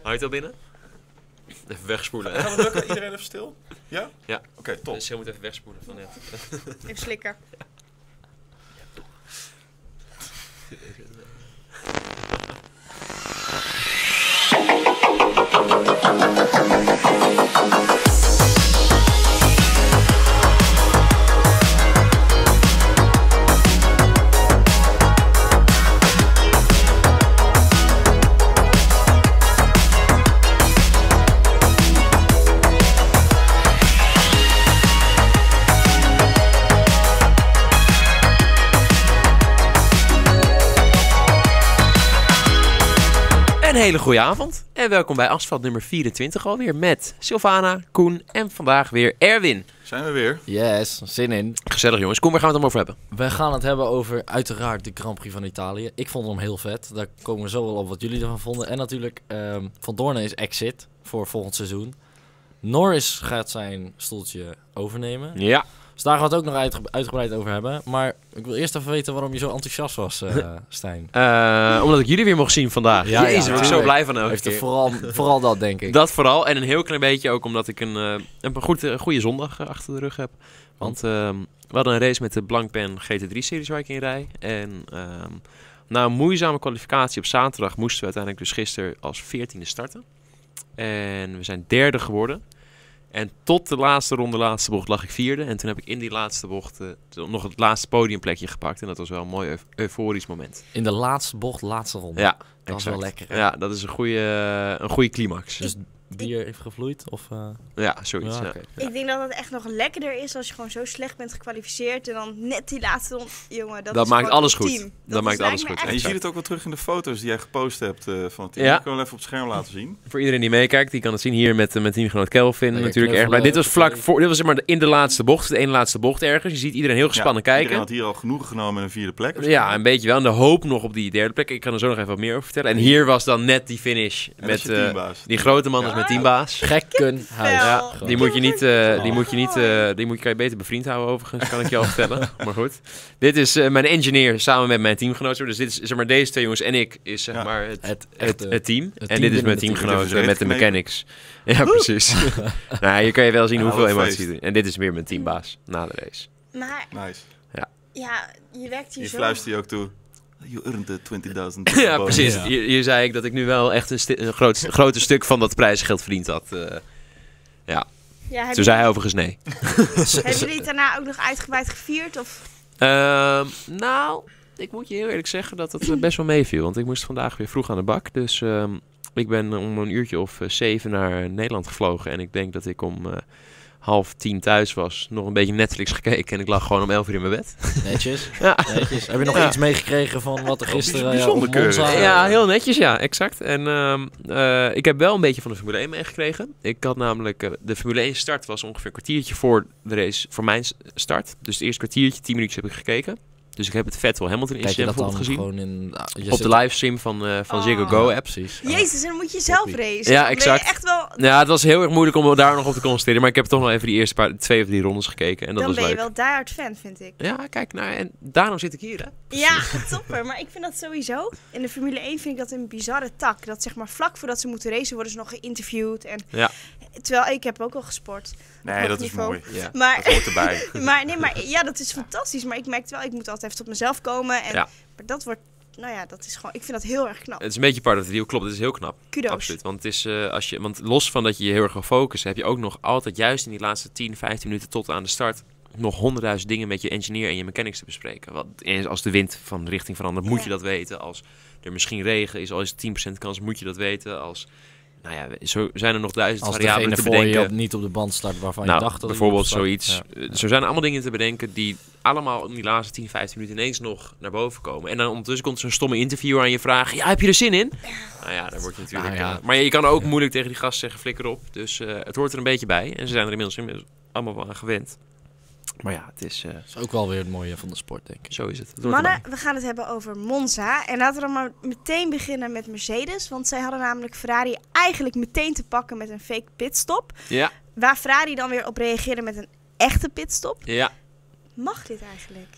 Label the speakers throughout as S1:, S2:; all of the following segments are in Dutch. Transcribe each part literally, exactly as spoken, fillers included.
S1: Hou je het al binnen? Even wegspoelen.
S2: Gaan we lukken? Iedereen even stil? Ja?
S1: Ja.
S2: Oké, okay, top.
S1: Dus je moet even wegspoelen van net.
S3: Even slikken.
S1: Een hele goede avond en welkom bij Asfalt nummer vierentwintig alweer met Sylvana, Koen en vandaag weer Erwin.
S2: Zijn we weer?
S4: Yes, zin in.
S1: Gezellig jongens. Koen, waar gaan we het dan over hebben?
S4: We gaan het hebben over uiteraard de Grand Prix van Italië. Ik vond hem heel vet. Daar komen we zo wel op wat jullie ervan vonden. En natuurlijk, um, Van Doornen is exit voor volgend seizoen. Norris gaat zijn stoeltje overnemen.
S1: Ja.
S4: Dus daar gaan we het ook nog uitge- uitgebreid over hebben. Maar ik wil eerst even weten waarom je zo enthousiast was, uh, Stijn.
S1: Uh, omdat ik jullie weer mocht zien vandaag.
S4: Ja,
S1: Jezus,
S4: ja,
S1: ben ik zo
S4: tuurlijk.
S1: blij van elke
S4: Heeft er
S1: keer.
S4: vooral, vooral dat, denk ik.
S1: Dat vooral. En een heel klein beetje ook omdat ik een, uh, een goed, uh, goede zondag uh, achter de rug heb. Want uh, we hadden een race met de Blancpain G T drie-series waar ik in rij. En uh, na een moeizame kwalificatie op zaterdag moesten we uiteindelijk dus gisteren als veertiende starten. En we zijn derde geworden. En tot de laatste ronde, laatste bocht, lag ik vierde. En toen heb ik in die laatste bocht uh, nog het laatste podiumplekje gepakt. En dat was wel een mooi euf- euforisch moment.
S4: In de laatste bocht, laatste ronde.
S1: Ja,
S4: dat is wel lekker. Hè?
S1: Ja, dat is een goede, uh, een goede climax.
S4: Dus bier heeft gevloeid? Of, uh...
S1: Ja, zoiets.
S4: Ja,
S1: Ja,
S4: okay.
S1: ja.
S3: Ik denk dat het echt nog lekkerder is als je gewoon zo slecht bent gekwalificeerd en dan net die laatste rond. Jongen, dat,
S1: Dat
S3: is
S1: maakt
S3: gewoon
S1: alles
S3: ultiem.
S1: goed. Dat
S3: Dat
S1: maakt
S3: is-
S1: alles
S3: lijkt me
S1: goed.
S3: echt-
S2: En je ziet het ook wel terug in de foto's die jij gepost hebt uh, van het team.
S1: Ja.
S2: Ik kan wel even op het scherm laten zien.
S1: Voor iedereen die meekijkt, die kan het zien hier met, uh, met teamgenoot Kelvin.
S4: Lekker
S1: Natuurlijk erg blij.
S4: knuffelen,
S1: Dit was vlak
S4: oké.
S1: voor, dit was zeg maar in de laatste bocht, de ene laatste bocht ergens. Je ziet iedereen heel gespannen
S2: Ja,
S1: kijken.
S2: Iedereen had hier al genoegen genomen met een vierde plek.
S1: Ja, een beetje wel. En de hoop nog op die derde plek. Ik kan er zo nog even wat meer over vertellen. En hier was dan net die finish
S2: En dat
S1: met
S2: is je
S1: uh,
S2: teambaas.
S1: die grote man
S2: Ja.
S1: als met teambaas.
S4: Gekkenhuis.
S1: Ja,
S3: Wel.
S1: die moet je niet, uh, die moet je niet, uh, die moet je, kan je beter bevriend houden overigens, kan ik je al vertellen. Maar goed. Dit is uh, mijn engineer samen met mijn teamgenoot. Dus dit is, zeg maar, deze twee jongens en ik is zeg
S2: Ja.
S1: maar het,
S4: Het,
S1: het,
S4: echte-
S1: het team.
S4: het
S1: en
S4: team
S1: dit is
S4: binnen
S1: mijn
S4: het team.
S1: teamgenoot
S2: Dit is
S1: met de
S2: geknepen.
S1: mechanics. Ja, precies. Nou, hier kan je wel zien
S2: Ja,
S1: hoeveel
S2: wat
S1: emotie
S2: feest.
S1: er. En dit is weer mijn teambaas na de race.
S3: Maar
S2: Nice.
S3: ja, je werkt hier
S2: Je
S3: zo.
S2: fluistert je ook toe. You earned the twintigduizend.
S1: Ja, precies.
S4: Ja.
S1: Hier, hier zei ik dat ik nu wel echt een, sti- een groot, groter stuk van dat prijsgeld verdiend had. Uh,
S3: Ja, hebben,
S1: toen zei hij overigens nee.
S3: hebben jullie het daarna ook nog uitgebreid gevierd? Of?
S1: Ehm, nou, ik moet je heel eerlijk zeggen dat het eh, best wel meeviel. Want ik moest vandaag weer vroeg aan de bak. Dus ehm, ik ben om een uurtje of uh, zeven naar Nederland gevlogen. En ik denk dat ik om uh, half tien thuis was. Nog een beetje Netflix gekeken. En ik lag gewoon om elf uur in mijn bed.
S4: Netjes.
S1: Ja,
S4: Netjes. Heb je nog
S1: Ja.
S4: iets meegekregen van wat er gisteren...
S2: Bijzonder
S4: ja, op Monza-
S2: keurig.
S1: ja, heel netjes, ja, exact. En ehm, eh, ik heb wel een beetje van de Formule één meegekregen. Ik had namelijk... uh, de Formule één start was ongeveer een kwartiertje voor de race, voor mijn s- start. Dus het eerste kwartiertje, tien minuutjes heb ik gekeken. Dus ik heb het Vettel Hamilton
S4: Kijk je
S1: incident
S4: dat dan
S1: bijvoorbeeld gezien.
S4: gewoon in... ah, je
S1: Op
S4: zit-
S1: de livestream van, uh, van
S3: Oh.
S1: Ziggo Go
S4: Ja,
S1: app.
S4: precies.
S3: Jezus, en dan moet je zelf
S4: Toppie.
S3: racen.
S1: Ja,
S3: Dan ben
S1: exact.
S3: je echt wel,
S1: Ja, het was heel erg moeilijk om daar nog op te concentreren. Maar ik heb toch nog even die eerste paar, twee of drie rondes gekeken. En dat
S3: dan
S1: was
S3: ben je
S1: leuk.
S3: wel diehard fan, vind ik.
S1: Ja, kijk, nou, en daarom zit ik hier, hè.
S3: Ja, topper. Maar ik vind dat sowieso. In de Formule één vind ik dat een bizarre tak. Dat zeg maar vlak voordat ze moeten racen worden ze nog geïnterviewd. En,
S1: Ja.
S3: Terwijl ik heb ook al gesport.
S2: Nee,
S3: Hoog
S2: dat is
S3: niveau.
S2: mooi.
S1: Ja.
S3: Maar,
S2: Dat hoort erbij.
S3: maar, nee, maar ja, dat is fantastisch. Maar ik merkte wel, ik moet altijd even tot mezelf komen. En,
S1: Ja.
S3: Maar dat wordt, nou ja, dat is gewoon, ik vind dat heel erg knap.
S1: Het is een beetje part of the deal, klopt. Het is heel knap.
S3: Kudos.
S1: Absoluut. Want, het is, uh, als je, want los van dat je je heel erg wil focussen, heb je ook nog altijd, juist in die laatste tien, vijftien minuten tot aan de start, nog honderdduizend dingen met je engineer en je mechanics te bespreken. Want en als de wind van richting verandert, moet
S3: Ja.
S1: je dat weten. Als er misschien regen is, al is het tien procent kans, moet je dat weten. Als, nou ja, zo zijn er nog duizend
S4: Als
S1: variabelen
S4: degene
S1: te
S4: voor je
S1: bedenken.
S4: op, niet op de band start waarvan
S1: Nou,
S4: je dacht dat hij
S1: bijvoorbeeld
S4: op start.
S1: zoiets.
S4: Ja.
S1: Uh, Zo zijn er allemaal dingen te bedenken die allemaal in die laatste tien, vijftien minuten ineens nog naar boven komen. En dan ondertussen komt zo'n stomme interviewer aan je vragen. Ja, heb je er zin in? Nou ja, daar word je natuurlijk...
S4: Nou ja.
S1: uh, maar je kan ook moeilijk tegen die gast zeggen, flikker op. Dus uh, het hoort er een beetje bij. En ze zijn er inmiddels, inmiddels allemaal wel aan gewend. Maar ja, het is... Uh,
S4: Dat is ook wel weer het mooie van de sport, denk ik.
S1: zo is het. Het hoort
S3: Mannen,
S1: erbij.
S3: we gaan het hebben over Monza. En laten we dan maar meteen beginnen met Mercedes. Want zij hadden namelijk Ferrari eigenlijk meteen te pakken met een fake pitstop.
S1: Ja,
S3: Waar Ferrari dan weer op reageerde met een echte pitstop.
S1: ja.
S3: Mag dit eigenlijk?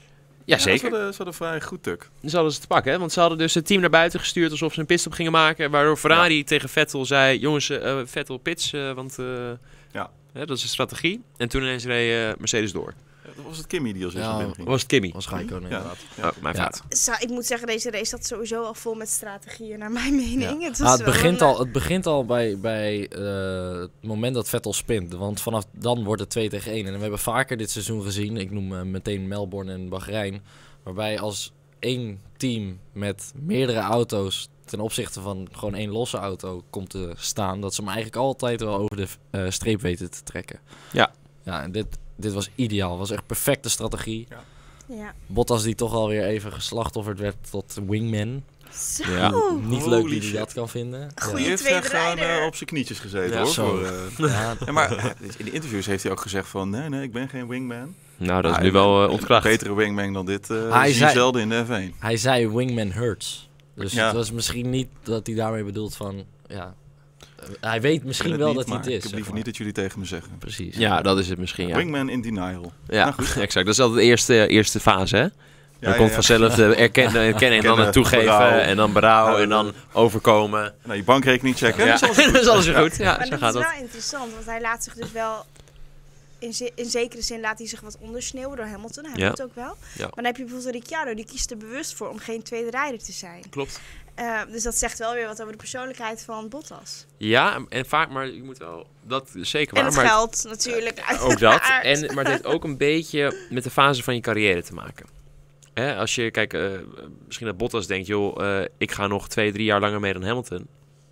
S1: Ja,
S2: Ze
S1: zeker.
S2: hadden, ze hadden vrij goed tuk.
S1: Ze hadden ze te pakken, hè? Want ze hadden dus het team naar buiten gestuurd alsof ze een pitstop gingen maken. Waardoor Ferrari tegen Vettel zei, jongens, eh, Vettel pits, eh, want eh,
S2: Ja.
S1: hè, dat is een strategie. En toen ineens reed eh, Mercedes door.
S2: Ja, dat was het Kimmy die als eerste
S4: Ja,
S2: binnen ging.
S1: Was het Kimmy?
S4: Was Rijkonen
S2: Ja.
S4: inderdaad.
S2: Ja.
S1: Oh, mijn
S4: Ja.
S1: fout.
S3: Zou- ik moet zeggen, deze race zat sowieso al vol met strategieën, naar mijn mening.
S4: Ja.
S3: Het,
S4: Ah,
S3: was
S4: het,
S3: wel
S4: begint
S3: een,
S4: al, het begint al bij, bij eh, het moment dat Vettel spint. Want vanaf dan wordt het twee tegen één. En we hebben vaker dit seizoen gezien. Ik noem eh, meteen Melbourne en Bahrein. Waarbij als één team met meerdere auto's ten opzichte van gewoon één losse auto komt te staan, dat ze hem eigenlijk altijd wel over de eh, streep weten te trekken.
S1: Ja.
S4: Ja, en dit, dit was ideaal. Het was echt perfecte strategie.
S3: Ja.
S4: Bottas die toch alweer even geslachtofferd werd tot wingman.
S3: Zo.
S1: Ja.
S4: Niet
S2: Holy
S4: leuk wie hij
S2: shit.
S4: dat kan vinden.
S3: Goeie
S2: Die heeft
S3: tweede
S2: echt gewoon
S3: rijder.
S2: eh, op zijn knietjes gezeten
S1: Ja,
S2: hoor.
S4: zo.
S2: Voor, eh,
S4: Ja,
S2: ja, maar eh, in de interviews heeft hij ook gezegd van nee, nee, ik ben geen wingman.
S1: Nou, dat is
S2: Ah,
S1: nu
S2: ik
S1: wel
S2: ben
S1: eh, ontkracht.
S2: Een betere wingman dan dit uh,
S4: Hij
S2: zie je
S4: zei-
S2: zelden in de F één.
S4: hij zei wingman hurts. Dus
S2: Ja.
S4: het was misschien niet dat hij daarmee bedoelt van, ja, eh, hij weet misschien
S2: Ik
S4: wel
S2: weet
S4: dat
S2: het
S4: hij
S2: niet,
S4: het
S2: maar
S4: is.
S2: Ik heb liever
S4: zeg
S2: niet dat jullie tegen me zeggen.
S4: maar. Precies.
S1: Ja, dat is het misschien, ja.
S2: Wingman in denial.
S1: Ja,
S2: Nou, goed.
S1: exact. Dat is altijd de eerste, eerste fase, hè?
S2: Ja,
S1: Dan
S2: ja,
S1: komt
S2: ja.
S1: vanzelf de erkennen, erkennen en dan
S2: Erkennen,
S1: het toegeven
S2: berouw.
S1: en dan berouw en
S2: Huilen.
S1: dan overkomen.
S2: Nou, je bankrekening checken.
S1: Ja,
S2: Dat is alles
S1: dat is alles weer goed. Ja,
S3: Maar
S1: zo
S3: dat
S1: gaat
S3: is
S1: dat.
S3: wel interessant, want hij laat zich dus wel... In, ze- in zekere zin laat hij zich wat ondersneeuwen door Hamilton. Hij
S1: Ja.
S3: doet het ook wel.
S1: Ja.
S3: Maar dan heb je bijvoorbeeld Ricciardo, die kiest er bewust voor om geen tweede rijder te zijn.
S1: Klopt.
S3: Eh, dus dat zegt wel weer wat over de persoonlijkheid van Bottas.
S1: Ja, en vaak, maar je moet wel, dat is zeker
S3: En
S1: waar.
S3: het
S1: maar
S3: geld natuurlijk.
S1: ook dat.
S3: uiteraard.
S1: En, maar het heeft ook een beetje met de fase van je carrière te maken. Hè, als je, kijk, eh, misschien dat Bottas denkt, joh, eh, ik ga nog twee, drie jaar langer mee dan Hamilton.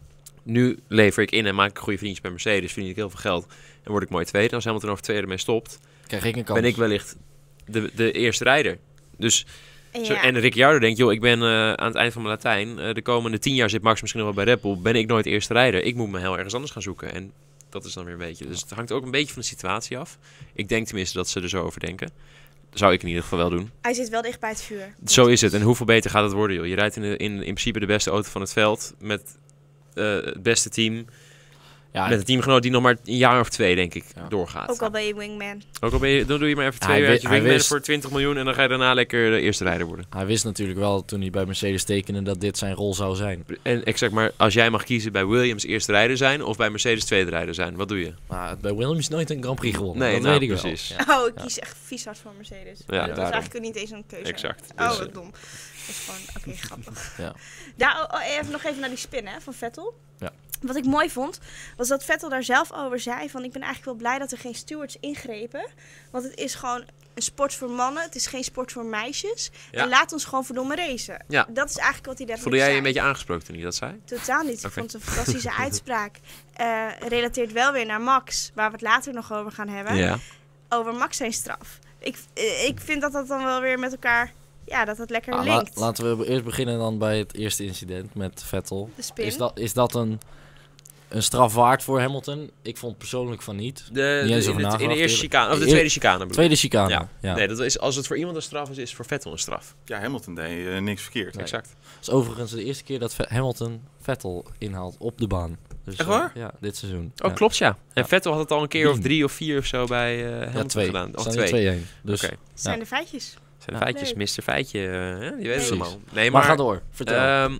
S1: Nu lever ik in en maak ik goede vriendjes bij Mercedes, verdien ik heel veel geld. En word ik mooi tweede. En als Hamilton over twee jaar ermee stopt,
S4: Krijg ik een kans.
S1: ben ik wellicht de, de eerste rijder. Dus,
S3: En
S1: zo,
S3: ja.
S1: en Ricciardo denkt, joh, ik ben eh, aan het eind van mijn Latijn. eh, de komende tien jaar zit Max misschien nog wel bij Red Bull. Ben ik nooit eerste rijder. Ik moet me heel ergens anders gaan zoeken. En dat is dan weer een beetje. Dus het hangt ook een beetje van de situatie af. Ik denk tenminste dat ze er zo over denken. Zou ik in ieder geval wel doen.
S3: Hij zit wel dicht bij het vuur.
S1: Zo is het. En hoeveel beter gaat het worden, joh? Je rijdt in, de, in, in principe de beste auto van het veld. Met eh, het beste team.
S4: Ja,
S1: Met een teamgenoot die nog maar een jaar of twee, denk ik,
S4: Ja.
S1: doorgaat.
S3: Ook al ben je wingman.
S1: Ook al ben je, dan doe je maar even
S4: Hij
S1: twee
S4: wi-
S1: jaar
S4: hij
S1: wingman
S4: wist-
S1: voor twintig miljoen. En dan ga je daarna lekker de eerste rijder worden.
S4: hij wist natuurlijk wel toen hij bij Mercedes tekende dat dit zijn rol zou zijn.
S1: En exact, maar als jij mag kiezen bij Williams eerste rijder zijn of bij Mercedes tweede rijder zijn, wat doe je?
S4: Maar bij Williams nooit een Grand Prix gewonnen.
S1: Nee,
S4: dat
S1: nou,
S4: weet ik
S1: precies.
S4: wel. Ja.
S3: Oh, ik
S4: Ja.
S3: kies echt vies hard voor Mercedes.
S1: Ja,
S3: dat was
S1: daarom.
S3: eigenlijk ook niet eens een keuze.
S1: Exact.
S3: Oh,
S1: Dus,
S3: wat
S1: eh,
S3: dom. Dat is gewoon, oké, grappig.
S4: Ja.
S3: Daar, oh, oh, even nog even naar die spin hè, van Vettel.
S4: Ja.
S3: Wat ik mooi vond, was dat Vettel daar zelf over zei van... ik ben eigenlijk wel blij dat er geen stewards ingrepen. Want het is gewoon een sport voor mannen, het is geen sport voor meisjes.
S1: Ja.
S3: En laat ons gewoon verdomme racen.
S1: Ja.
S3: Dat is eigenlijk wat hij daar
S1: Voelde jij je
S3: zei.
S1: een beetje aangesproken toen hij dat zei?
S3: Totaal niet. Ik
S1: Oké.
S3: vond het een fantastische uitspraak. Eh relateert wel weer naar Max, waar we het later nog over gaan hebben.
S1: Ja.
S3: Over Max zijn straf. Ik, eh, ik vind dat dat dan wel weer met elkaar... Ja, dat het lekker
S4: Ah, la-
S3: linkt.
S4: laten we eerst beginnen dan bij het eerste incident met Vettel.
S3: de spin.
S4: Is dat, is dat een, een straf waard voor Hamilton? Ik vond persoonlijk van niet.
S1: De,
S4: Niet eens
S1: de- in,
S4: over
S1: het- in de
S4: nagedacht,
S1: eerste
S4: eerlijk.
S1: chicane, of de
S4: Eer-
S1: tweede chicane bedoel ik.
S4: Tweede chicane.
S1: Ja.
S4: Ja.
S1: Nee, dat is, als het voor iemand een straf is, is het voor Vettel een straf.
S2: Ja, Hamilton deed eh, niks verkeerd.
S4: Nee.
S1: Exact.
S4: Het is overigens de eerste keer dat Ve- Hamilton Vettel inhaalt op de baan. Dus,
S2: Echt
S4: eh,
S2: waar?
S4: ja, dit seizoen.
S1: Oh,
S4: ja.
S1: klopt ja. En
S4: Ja.
S1: Vettel had het al een keer of
S4: Wien.
S1: drie of vier of zo bij eh Hamilton
S4: Ja, twee.
S1: gedaan. Of
S4: Staan
S1: twee.
S4: hier twee-één. Dus,
S1: Oké.
S3: zijn
S4: Ja.
S3: de feitjes.
S1: Zijn de
S4: Ja.
S1: feitjes,
S3: Leuk.
S1: mister Feitje, eh, hè? je weet het
S3: Precies.
S1: allemaal. Nee,
S4: maar,
S1: maar,
S4: ga door. Vertel.
S1: Ehm,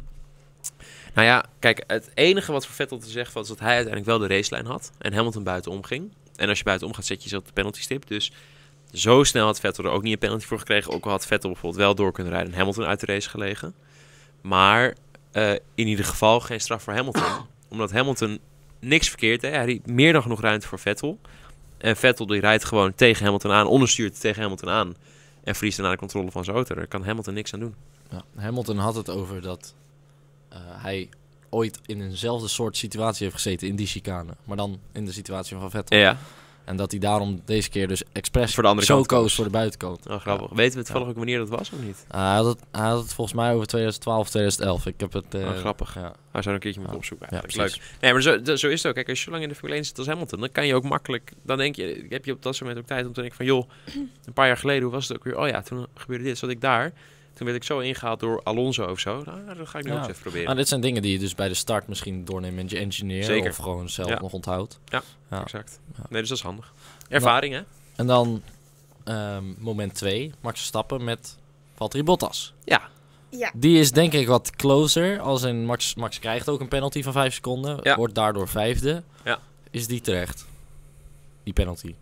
S1: nou ja, kijk, het enige wat voor Vettel te zeggen was dat hij uiteindelijk wel de racelijn had en Hamilton buitenom ging. En als je buitenom gaat, zet je jezelf op de penalty stip. Dus zo snel had Vettel er ook niet een penalty voor gekregen. Ook al had Vettel bijvoorbeeld wel door kunnen rijden en Hamilton uit de race gelegen. Maar eh, in ieder geval geen straf voor Hamilton. Omdat Hamilton niks verkeerd deed. Hij riep meer dan genoeg ruimte voor Vettel. En Vettel die rijdt gewoon tegen Hamilton aan, onderstuurt tegen Hamilton aan. En verliest daarna de controle van zijn auto. Daar kan Hamilton niks aan doen.
S4: Ja, Hamilton had het over dat eh, hij ooit in eenzelfde soort situatie heeft gezeten in die chicane. Maar dan in de situatie van Vettel.
S1: Ja,
S4: En dat hij daarom deze keer dus expres
S1: Voor de andere
S4: zo
S1: kant
S4: koos
S1: koos.
S4: voor de buitenkant.
S1: oh, grappig. Weten we toevallig ook wanneer dat was of niet?
S4: Ah, hij, had het, hij had het volgens mij over twintig twaalf of twintig elf. Ik heb het... eh,
S1: Oh, grappig.
S4: Ja,
S1: Hij zou een keertje moeten
S4: Ja.
S1: opzoeken
S4: ja,
S1: eigenlijk.
S4: precies.
S1: Leuk. Nee, maar zo, zo- zo is het ook. Kijk, als je zo lang in de Formule één zit als Hamilton, dan kan je ook makkelijk... Dan denk je, heb je op dat moment ook tijd om te denken van... joh, een paar jaar geleden, hoe was het ook weer? Oh ja, toen gebeurde dit. Zat ik daar. Toen werd ik zo ingehaald door Alonso of zo. Nou, dat ga ik nu
S4: Ja.
S1: ook eens even proberen.
S4: Ah, dit zijn dingen die je dus bij de start misschien doorneemt met je engineer.
S1: Zeker.
S4: Of gewoon zelf
S1: Ja.
S4: nog onthoudt. Ja.
S1: Exact.
S4: Ja.
S1: Nee, dus dat is handig. Ervaring, hè?
S4: En dan ehm, moment twee. Max Verstappen met Valtteri Bottas.
S1: Ja,
S3: Ja,
S4: Die is denk ik wat closer. Als in Max, Max krijgt ook een penalty van vijf seconden.
S1: Ja.
S4: Wordt daardoor vijfde.
S1: Ja.
S4: Is die terecht? Die penalty.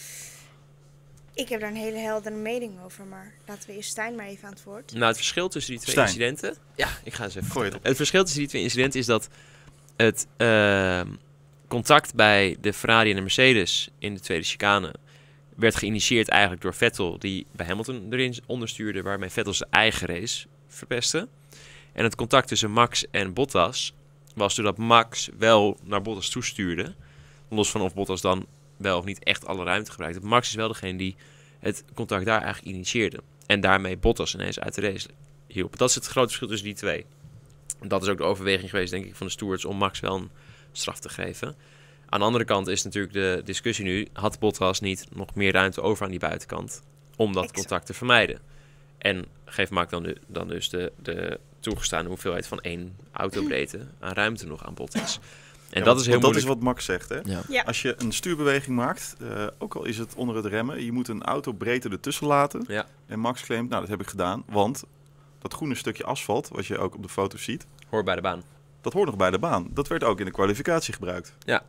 S3: ik heb daar een hele heldere mening over, maar laten we eerst Stijn maar even aan het woord.
S1: nou het verschil tussen die twee
S2: Stijn.
S1: incidenten... Ja, ik ga eens even
S2: Gooi het
S1: vertellen. Het verschil tussen die twee incidenten is dat het ehm, contact bij de Ferrari en de Mercedes in de tweede chicane werd geïnitieerd eigenlijk door Vettel, die bij Hamilton erin onderstuurde, waarmee Vettel zijn eigen race verpestte. En het contact tussen Max en Bottas was doordat Max wel naar Bottas toestuurde, los van of Bottas dan wel of niet echt alle ruimte gebruikte. Max is wel degene die het contact daar eigenlijk initieerde. En daarmee Bottas ineens uit de race hielp. Dat is het grote verschil tussen die twee. En dat is ook de overweging geweest, denk ik, van de stewards om Max wel een straf te geven. Aan de andere kant is natuurlijk de discussie nu, had Bottas niet nog meer ruimte over aan die buitenkant om dat
S3: Exact.
S1: contact te vermijden? En geeft Max dan, de, dan dus de, de toegestaande hoeveelheid van één autobreedte aan ruimte nog aan Bottas? En
S2: Ja,
S1: dat is heel
S2: want dat
S1: moeilijk.
S2: is wat Max zegt, hè?
S4: Ja.
S3: Ja.
S2: Als je een stuurbeweging maakt, uh, ook al is het onder het remmen, je moet een autobreedte ertussen laten.
S1: Ja.
S2: En Max claimt, nou dat heb ik gedaan, want dat groene stukje asfalt, wat je ook op de foto ziet,
S1: Hoort bij de baan.
S2: dat hoort nog bij de baan. Dat werd ook in de kwalificatie gebruikt.
S4: Ja.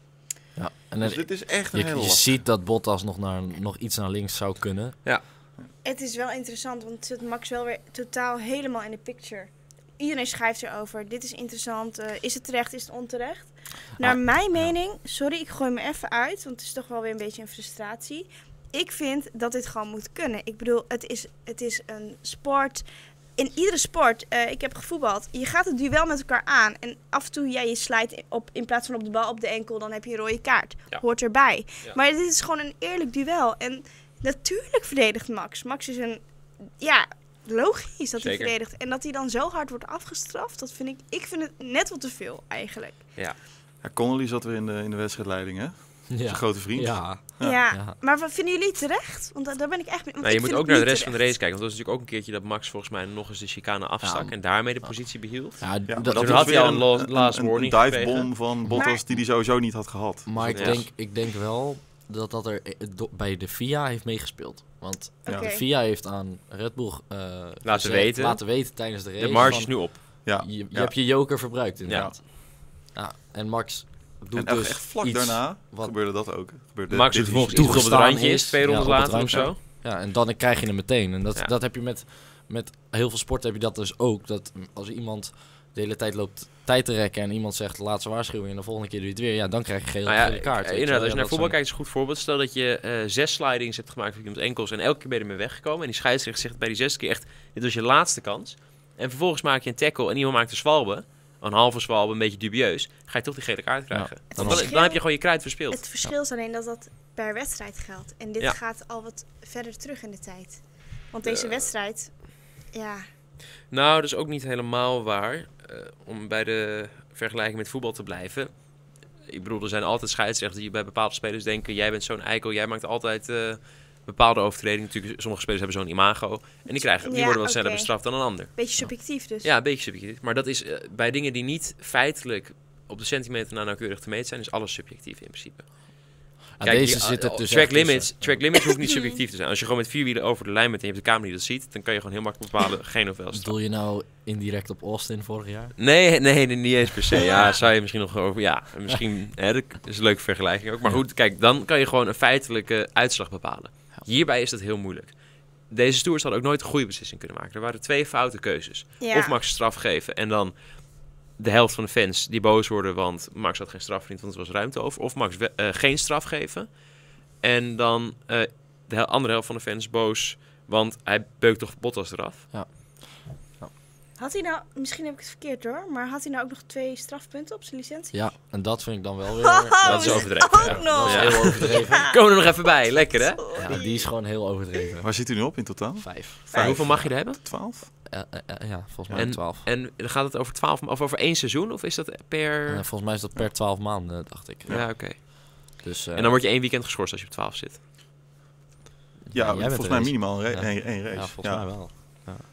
S4: En
S2: Dus
S4: er-
S2: dit is echt een
S4: je,
S2: hele
S4: je
S2: lastige.
S4: ziet dat Bottas nog, naar, nog iets naar links zou kunnen.
S3: Het is wel interessant, want het zit Max wel weer totaal helemaal in de picture. Iedereen schrijft erover. Dit is interessant. eh, is het terecht? Is het onterecht? Naar
S4: Ah,
S3: mijn
S4: ja.
S3: mening, sorry, ik gooi me even uit, want het is toch wel weer een beetje een frustratie. Ik vind dat dit gewoon moet kunnen. Ik bedoel, het is, het is een sport. In iedere sport, eh, ik heb gevoetbald, je gaat het duel met elkaar aan. En af en toe, ja, je slijt op, in plaats van op de bal op de enkel, dan heb je een rode kaart.
S1: Ja.
S3: Hoort erbij.
S1: Ja.
S3: Maar dit is gewoon een eerlijk duel. En natuurlijk verdedigt Max. Max is een, ja, logisch dat hij
S1: Zeker.
S3: verdedigt. En dat hij dan zo hard wordt afgestraft, dat vind ik, ik vind het net wat te veel eigenlijk.
S2: Ja, Connolly zat weer in de, in de wedstrijdleiding, hè?
S4: Ja.
S2: Zijn grote vriend.
S4: Ja.
S3: Ja,
S2: Ja.
S4: Ja.
S3: maar wat vinden jullie terecht? Want da- daar ben ik echt mee. want
S1: Nou, je
S3: ik
S1: moet
S3: vind
S1: ook
S3: het
S1: naar de
S3: niet
S1: rest van de
S3: terecht.
S1: race kijken. Want dat was natuurlijk ook een keertje dat Max volgens mij nog eens de chicane afstak.
S4: Ja.
S1: En daarmee de positie behield.
S4: Ja,
S2: Ja,
S4: dat-
S2: maar
S1: toen
S2: dat
S1: had
S2: was
S1: hij
S2: weer
S1: al een
S2: een,
S1: last-
S2: een,
S1: last
S2: een,
S1: warning
S2: een
S1: gekregen.
S2: divebom van Bottas
S3: Maar-
S2: die hij sowieso niet had gehad.
S4: Maar ik
S1: Ja.
S4: denk, ik denk wel dat dat er eh, do- bij de F I A heeft meegespeeld. Want
S2: Ja.
S3: Oké.
S4: de F I A heeft aan Red Bull eh, gezegd-
S1: weten.
S4: laten weten tijdens de race.
S1: De marge
S4: van,
S1: is nu op.
S2: Ja,
S4: Je, je
S2: ja.
S4: hebt je joker verbruikt inderdaad. Ja. En Max doet
S2: en echt,
S4: dus
S2: echt vlak
S4: iets
S2: daarna
S4: wat-
S2: gebeurde dat ook. Gebeurde
S1: Max
S2: dit
S1: doet vervolgens
S2: iets.
S1: iets op het
S4: toegestaan
S1: randje is,
S4: is.
S1: twee
S4: Ja,
S1: rondes
S4: op het
S1: later of
S4: randje.
S1: zo.
S4: Ja, en dan krijg je hem meteen. En dat,
S1: Ja.
S4: dat heb je met, met heel veel sporten heb je dat dus ook. Dat als iemand de hele tijd loopt tijd te rekken en iemand zegt laatste waarschuwing en de volgende keer doe je het weer, ja, dan krijg je gele,
S1: Nou ja,
S4: gele kaart.
S1: eh,
S4: weet je
S1: inderdaad,
S4: wel.
S1: als je
S4: Ja,
S1: naar
S4: dat
S1: voetbal
S4: zijn-
S1: kijkt is een goed voorbeeld. Stel dat je eh, zes slidings hebt gemaakt voor iemands enkels en elke keer ben je ermee weggekomen. En die scheidsrechter zegt bij die zesde keer echt, dit was je laatste kans. En vervolgens maak je een tackle en iemand maakt een zwalbe. Een halve zwalbe, een beetje dubieus. Ga je toch die gele kaart krijgen.
S4: Ja.
S1: Want
S3: Het
S1: dan, dan heb je gewoon je kruid verspeeld.
S3: Het verschil is alleen dat dat per wedstrijd geldt. En dit
S1: Ja.
S3: gaat al wat verder terug in de tijd. Want deze
S1: Eh.
S3: wedstrijd, ja,
S1: Nou, dat is ook niet helemaal waar. Eh, om bij de vergelijking met voetbal te blijven. Ik bedoel, er zijn altijd scheidsrechters die bij bepaalde spelers denken, jij bent zo'n eikel, jij maakt altijd eh, bepaalde overtredingen. Natuurlijk, sommige spelers hebben zo'n imago. En die, krijgen, die
S3: Ja,
S1: worden wat sneller
S3: oké.
S1: bestraft dan een ander.
S3: beetje subjectief dus.
S1: Ja, een beetje subjectief. Maar dat is eh, bij dingen die niet feitelijk op de centimeter na nauwkeurig te meten zijn, is alles subjectief in principe.
S4: Ja,
S1: Kijk,
S4: deze
S1: je-
S4: zit
S1: eh,
S4: er dus
S1: track
S4: echt tussen.
S1: limits, track limits hoeft niet subjectief te zijn. Als je gewoon met vier wielen over de lijn bent en je hebt de camera die dat ziet, dan kan je gewoon heel makkelijk bepalen geen of wel straf.
S4: Bedoel je nou indirect op Austin vorig jaar?
S1: Nee, nee, nee, niet eens per se. Ja, zou je misschien nog over... Ja, misschien... Hè, dat is een leuke vergelijking ook. Maar goed, kijk, dan kan je gewoon een feitelijke uitslag bepalen. Hierbij is dat heel moeilijk. Deze stewards hadden ook nooit een goede beslissing kunnen maken. Er waren twee foute keuzes.
S3: Ja.
S1: Of Max straf geven en dan de helft van de fans die boos worden, want Max had geen straf verdiend, want er was ruimte over. Of Max we- eh, geen straf geven en dan eh, de hel- andere helft van de fans boos, want hij beukt toch Bottas eraf.
S3: Had hij nou, misschien heb ik het verkeerd hoor, maar had hij nou ook nog twee strafpunten op zijn licentie?
S4: Ja, en dat vind ik dan wel weer...
S3: Oh,
S1: dat is overdreven.
S3: Ook
S1: Ja.
S3: nog.
S4: Dat is
S1: Ja.
S4: heel overdreven.
S1: Komen er nog even bij, lekker hè?
S4: Ja, die is gewoon heel overdreven.
S2: Waar zit u nu op in totaal?
S4: Vijf.
S1: En hoeveel mag je er hebben?
S2: twaalf?
S4: Ja, eh, eh, ja, volgens mij
S1: En-
S4: twaalf.
S1: En gaat het over twaalf of over één seizoen of is dat per...
S4: Eh, volgens mij is dat per twaalf maanden, dacht ik.
S1: ja, oké.
S4: Dus, eh,
S1: En dan word je één weekend geschorst als je op twaalf zit.
S2: Ja,
S4: jij bent
S2: volgens
S4: de
S2: mij
S4: race.
S2: minimaal een, ra-
S4: Ja.
S2: één, één race.
S4: Ja, volgens mij wel. Ja.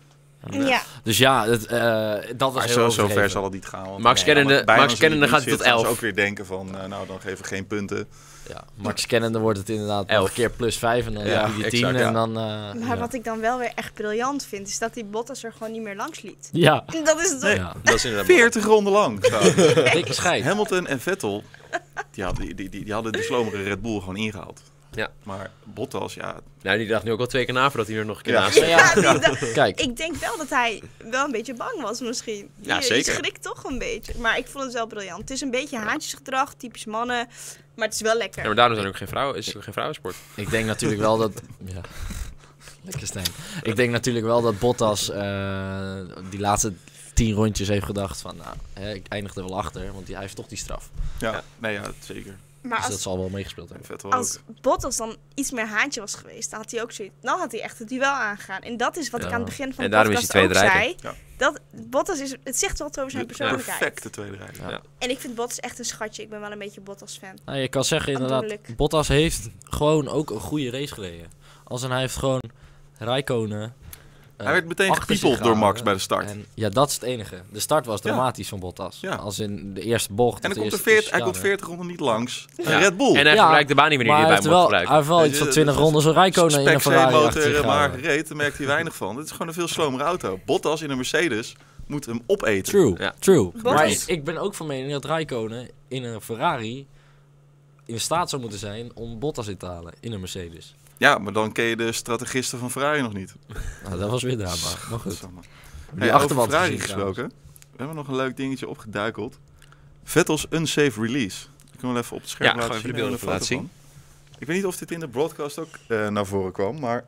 S3: Ja.
S4: Dus ja, het, uh, dat was
S2: Maar
S4: heel
S2: zo, zo
S4: overdreven.
S2: ver zal het niet gaan. Want
S1: Max
S2: nee,
S1: kennende-
S2: bij
S1: Max
S2: ons
S1: kennende
S2: in die
S1: gaat het
S2: zit,
S1: tot
S2: gaan ze
S1: elf.
S2: ook weer denken van, uh, nou dan geven we geen punten.
S4: Ja, Max kennende wordt het inderdaad
S1: Elf.
S4: nog een keer plus vijf en dan
S1: Ja,
S4: heb je die tien
S1: exact,
S4: en
S2: ja.
S4: dan... uh,
S3: Maar
S4: ja.
S3: wat ik dan wel weer echt briljant vind, is dat die Bottas er gewoon niet meer langs liet.
S4: Ja,
S3: Dat is toch...
S2: Nee.
S4: ja.
S1: Dat is inderdaad mooi.
S2: veertig ronden lang. staat.
S4: dikke scheid.
S2: Hamilton en Vettel, die hadden die, die, die, die hadden die slomere Red Bull gewoon ingehaald.
S1: Ja.
S2: Maar Bottas, ja,
S1: Nou, die dacht nu ook al twee keer na voordat hij er nog een keer
S2: Ja.
S1: naast zat.
S4: Ja,
S3: Ja, die da-
S4: kijk,
S3: Ik denk wel dat hij wel een beetje bang was misschien.
S1: Ja,
S3: Je-
S1: zeker.
S3: Je schrikt toch een beetje. Maar ik vond het wel briljant. Het is een beetje haantjesgedrag, typisch mannen. Maar het is wel lekker.
S1: Ja, maar daarom zijn ook geen vrouwen, is het ook geen vrouwensport.
S4: ik denk natuurlijk wel dat... Ja. Lekker Stijn. Ik denk natuurlijk wel dat Bottas uh, die laatste tien rondjes heeft gedacht van... Nou, hè, ik eindig er wel achter, want die, hij heeft toch die straf.
S2: ja,
S1: Ja.
S2: nee ja, zeker.
S3: Maar
S4: Dus dat
S3: als,
S4: zal wel meegespeeld
S2: En
S4: hebben.
S2: Vettel
S3: als
S2: ook.
S3: Bottas dan iets meer haantje was geweest, dan had hij ook zoiets. Dan had hij echt het duel aangegaan. En dat is wat ik
S4: Ja.
S3: aan het begin van
S1: En
S3: de
S1: daarom is
S3: podcast
S1: hij
S3: ook
S1: tweede
S3: zei.
S1: rijder.
S2: Ja.
S3: Dat Bottas is, het zegt wat over zijn
S2: De
S3: persoonlijkheid.
S2: perfecte tweede rijder.
S4: Ja.
S1: Ja.
S3: En ik vind Bottas echt een schatje. Ik ben wel een beetje Bottas-fan.
S4: Nou, je kan zeggen inderdaad,
S3: Aandoenlijk.
S4: Bottas heeft gewoon ook een goede race gereden. Als een hij heeft gewoon Räikkönen... uh,
S2: Hij werd meteen
S4: achter zich
S2: gepiepeld door Max
S4: gehouden.
S2: bij de start.
S4: En, ja, dat is het enige. De start was
S2: Ja.
S4: dramatisch van Bottas.
S2: Ja.
S4: Als in de eerste bocht.
S2: En
S4: of
S2: dan
S4: de
S2: komt er
S4: eerste
S2: veertig, hij komt
S4: chicane.
S2: veertig ronden niet langs. Een
S1: Ja.
S2: Red Bull.
S1: En hij
S4: Ja,
S1: gebruikt de baan niet meer die
S4: Maar
S1: hij
S4: hij
S1: bij
S4: heeft
S1: mocht
S4: wel, hij
S1: gebruiken.
S4: heeft wel
S2: Weet
S4: iets
S2: je,
S4: van twintig
S2: dus-
S4: ronden zo'n Räikkönen in een Ferrari achter zich
S2: Spec-motor, maar
S4: gehouden.
S2: gereden, daar merkt hij weinig van. Dit is gewoon een veel slomere auto. Bottas in een Mercedes moet hem opeten.
S4: True,
S1: Ja.
S4: true.
S3: Bottas-
S4: Maar ik, ik ben ook van mening dat Räikkönen in een Ferrari in staat zou moeten zijn om Bottas in te halen in een Mercedes.
S2: Ja, maar dan ken je de strategisten van Ferrari nog niet.
S4: Nou, dat was weer drama. Maar goed.
S2: Godsamme.
S4: Die
S2: Hey, over
S4: achterband
S2: Ferrari
S4: gezien
S2: gesproken. We hebben nog een leuk dingetje opgeduikeld. Vettel's unsafe release. Ik kan wel even op het scherm
S1: Ja,
S2: laten
S1: gewoon
S2: zien.
S1: even de
S2: Even
S1: beelden
S2: een foto van. Ik weet niet of dit in de broadcast ook eh, naar voren kwam, maar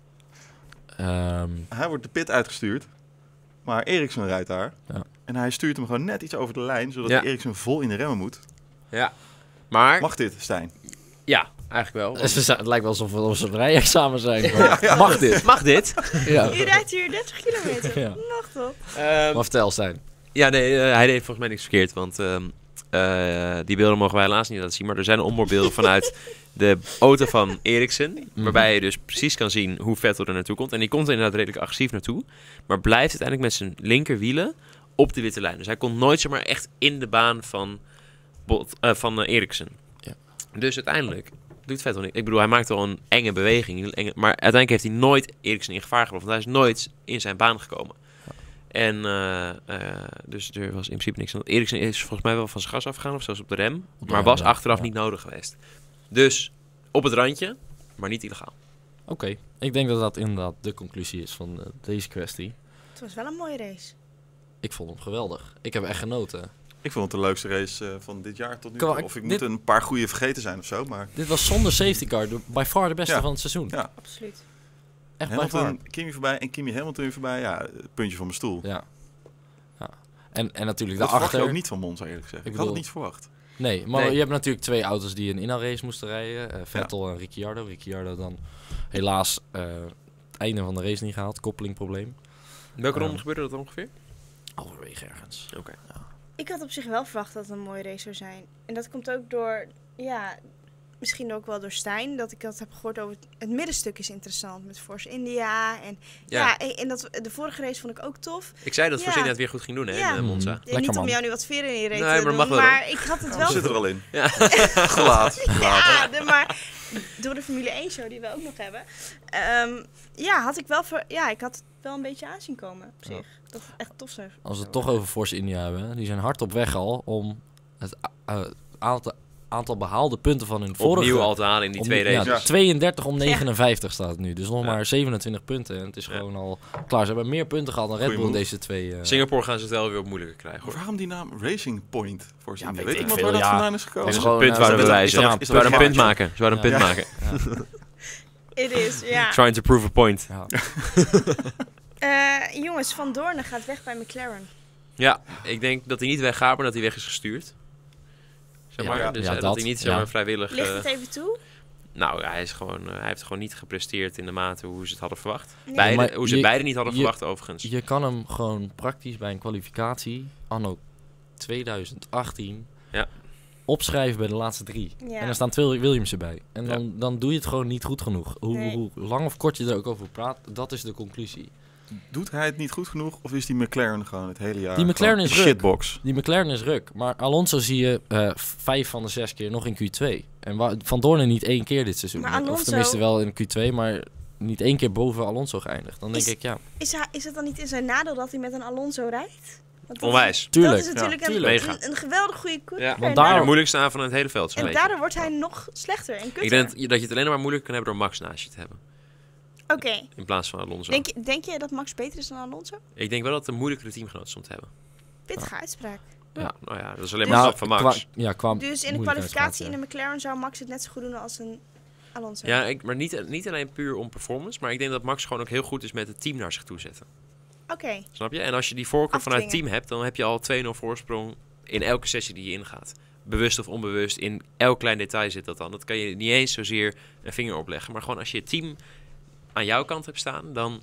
S4: Ehm,
S2: hij wordt de pit uitgestuurd. Maar Ericsson rijdt daar.
S4: Ja.
S2: En hij stuurt hem gewoon net iets over de lijn, zodat
S1: Ja.
S2: Ericsson vol in de remmen moet.
S1: Ja. Maar,
S2: Mag dit, Stijn?
S1: ja, eigenlijk wel.
S4: het, is- het lijkt wel alsof we op een rijexamen zijn. Maar Mag dit?
S1: Mag dit?
S4: Ja.
S3: Je rijdt hier dertig kilometer.
S4: Ja.
S3: Mag toch?
S1: Ehm,
S4: Maar vertel, Stijn.
S1: ja, nee, eh, hij deed volgens mij niks verkeerd. Want ehm, eh, die beelden mogen wij helaas niet laten zien. Maar er zijn onboardbeelden vanuit de auto van Ericsson. Waarbij je dus precies kan zien hoe Vettel er naartoe komt. En die komt er inderdaad redelijk agressief naartoe. Maar blijft uiteindelijk met zijn linkerwielen op de witte lijn. Dus hij komt nooit zomaar echt in de baan van, Bot, eh, van eh, Ericsson.
S4: Ja.
S1: Dus uiteindelijk doet Vettel niet. Ik bedoel, hij maakt wel een enge beweging. Een enge, maar uiteindelijk heeft hij nooit Ericsson in gevaar gebracht. Want hij is nooit in zijn baan gekomen. En eh, eh, dus er was in principe niks aan. Ericsson is volgens mij wel van zijn gas afgegaan of zelfs op de rem.
S4: Op de
S1: maar
S4: rem,
S1: was
S4: ja.
S1: achteraf
S4: Ja.
S1: niet nodig geweest. Dus op het randje, maar niet illegaal.
S4: Oké, ik denk dat dat inderdaad de conclusie is van uh, deze kwestie.
S3: Het was wel een mooie race.
S4: Ik vond hem geweldig. Ik heb echt genoten.
S2: Ik vond het de leukste race eh, van dit jaar tot nu
S4: Kom maar,
S2: toe. Of ik
S4: dit-
S2: moet een paar goede vergeten zijn of zo, maar...
S4: Dit was zonder safety car de, by far de beste
S2: Ja.
S4: van het seizoen.
S2: Ja.
S3: Absoluut.
S4: Echt by far.
S2: Hamilton, Kimi voorbij en Kimi Hamilton weer voorbij. Ja, het puntje van mijn stoel.
S4: Ja. ja. En, en natuurlijk
S2: Dat verwacht
S4: daarachter...
S2: je ook niet van Monza, eerlijk gezegd. Ik,
S4: Ik
S2: had
S4: bedoel-
S2: het niet verwacht.
S4: Nee, maar
S1: Nee.
S4: je hebt natuurlijk twee auto's die een inhaalrace moesten rijden. eh, Vettel en Ricciardo. Ricciardo dan helaas eh, het einde van de race niet gehaald. Koppelingprobleem.
S1: Welke
S4: Ja.
S1: ronde gebeurde dat ongeveer?
S4: Halverwege ergens.
S1: Oké.
S3: Ik had op zich wel verwacht dat het een mooie race zou zijn. En dat komt ook door, ja, misschien ook wel door Stijn. Dat ik dat heb gehoord over het, het middenstuk is interessant met Force India. En ja,
S1: Ja.
S3: en, en dat, de vorige race vond ik ook tof.
S1: Ik zei dat
S3: Ja.
S1: Voorzien het weer goed ging doen hè,
S3: Ja.
S1: in eh, Monza.
S3: Ja,
S4: Lekker,
S3: niet om
S4: man.
S3: jou nu wat veren in je reet
S1: Nee,
S3: te
S1: maar
S3: doen,
S1: mag wel,
S3: maar ik had het
S2: We
S3: wel...
S2: zitten er al in.
S1: Ja.
S2: Te laat. Te laat.
S3: Ja, de- maar door de Formule één show die we ook nog hebben, ehm, ja, had ik wel, ver, ja, ik had het wel een beetje aanzien komen op zich. Dat het echt tof zou
S4: Als we het toch over Force India hebben. Die zijn hard op weg al om het a- uh, aantal, aantal behaalde punten van hun vorige...
S1: Opnieuw al te halen in die
S4: om-
S1: twee
S4: ja,
S1: races.
S4: tweeëndertig om negenenvijftig staat het nu. Dus nog
S1: Ja.
S4: maar zevenentwintig punten. En het is
S1: Ja.
S4: gewoon al klaar. Ze hebben meer punten gehad dan Red
S2: Goeie
S4: Bull in
S2: move.
S4: deze twee... eh,
S1: Singapore gaan ze het wel weer op moeilijker krijgen
S2: Maar
S1: hoor.
S2: waarom die naam Racing Point voor
S4: Ja,
S2: India?
S4: weet
S2: Weet
S4: ik
S2: iemand
S4: veel,
S2: waar dat
S4: ja.
S2: vandaan is
S1: Dat
S2: gekomen?
S1: is
S4: is
S1: een
S4: gewoon,
S1: punt
S4: eh,
S1: waar
S4: is
S1: we
S4: dat-
S1: bewijzen.
S2: is dat-
S1: Ze
S2: is
S1: waren
S2: dat
S1: een punt
S2: een
S1: maken. Ze waren een
S4: Ja.
S1: punt maken.
S3: It is, ja.
S1: Trying to prove a point.
S4: ja.
S3: Eh, jongens, Van Doorne gaat weg bij McLaren.
S1: Ja, ik denk dat hij niet weggaat, maar dat hij weg is gestuurd. Zeg maar.
S2: Ja,
S1: dus
S4: ja,
S1: eh, dat,
S4: dat,
S1: hij niet
S4: ja.
S1: zomaar vrijwillig...
S3: Ligt
S1: eh,
S3: het even toe?
S1: nou, hij, is gewoon, eh, hij heeft gewoon niet gepresteerd in de mate hoe ze het hadden verwacht.
S3: Nee.
S1: Beide,
S4: maar
S1: hoe ze
S4: je-
S1: het beide niet hadden
S4: je-
S1: verwacht overigens.
S4: Je kan hem gewoon praktisch bij een kwalificatie anno tweeduizend achttien
S1: Ja.
S4: opschrijven bij de laatste drie.
S3: Ja.
S4: En er staan twee Williams erbij. En
S1: Ja.
S4: dan, dan doe je het gewoon niet goed genoeg. Hoe,
S3: Nee.
S4: hoe lang of kort je er ook over praat, dat is de conclusie.
S2: doet hij het niet goed genoeg? Of is die McLaren gewoon het hele jaar
S4: Die McLaren
S2: gewoon
S4: is
S2: een
S4: ruk.
S2: shitbox?
S4: Die McLaren is ruk. Maar Alonso zie je uh, vijf van de zes keer nog in Q twee. En wa- Van Doornen niet één keer dit seizoen.
S3: Maar
S4: Of
S3: Alonso-
S4: tenminste wel in Q twee, maar niet één keer boven Alonso geëindigd. Dan denk
S3: Is-
S4: ik, ja,
S3: Is, hij, is het dan niet in zijn nadeel dat hij met een Alonso rijdt? Want dat
S1: Onwijs.
S3: Is,
S4: Tuurlijk.
S3: Dat is natuurlijk
S2: Ja,
S3: een,
S1: tuurlijk.
S3: een, een geweldig goede coureur.
S1: Ja,
S3: En
S4: want
S1: daar
S4: daar-
S1: de moeilijkste aan van het hele veld. zo'n
S3: En
S1: beetje.
S3: daardoor wordt hij nog slechter en kutter.
S1: Ik denk dat je, dat je het alleen maar moeilijk kan hebben door Max naast je te hebben.
S3: Oké.
S1: In plaats van Alonso.
S3: Denk, je- denk je dat Max beter is dan Alonso?
S1: Ik denk wel dat het een moeilijkere teamgenoot is om te hebben.
S3: Pittige uitspraak.
S1: Ja, nou ja, dat is alleen maar
S3: Dus-
S1: een stap van Max.
S4: Qua, ja, qua
S3: Dus in de kwalificatie in de McLaren zou Max het net zo goed doen als een Alonso.
S1: Ja, ik, maar niet, niet alleen puur om performance. Maar ik denk dat Max gewoon ook heel goed is met het team naar zich toe zetten.
S3: Oké.
S1: Snap je? En als je die voorkeur vanuit het
S3: Afdwingen.
S1: team hebt, dan heb je al twee nul voorsprong in elke sessie die je ingaat. Bewust of onbewust, in elk klein detail zit dat dan. Dat kan je niet eens zozeer een vinger opleggen. Maar gewoon als je het team aan jouw kant hebt staan, dan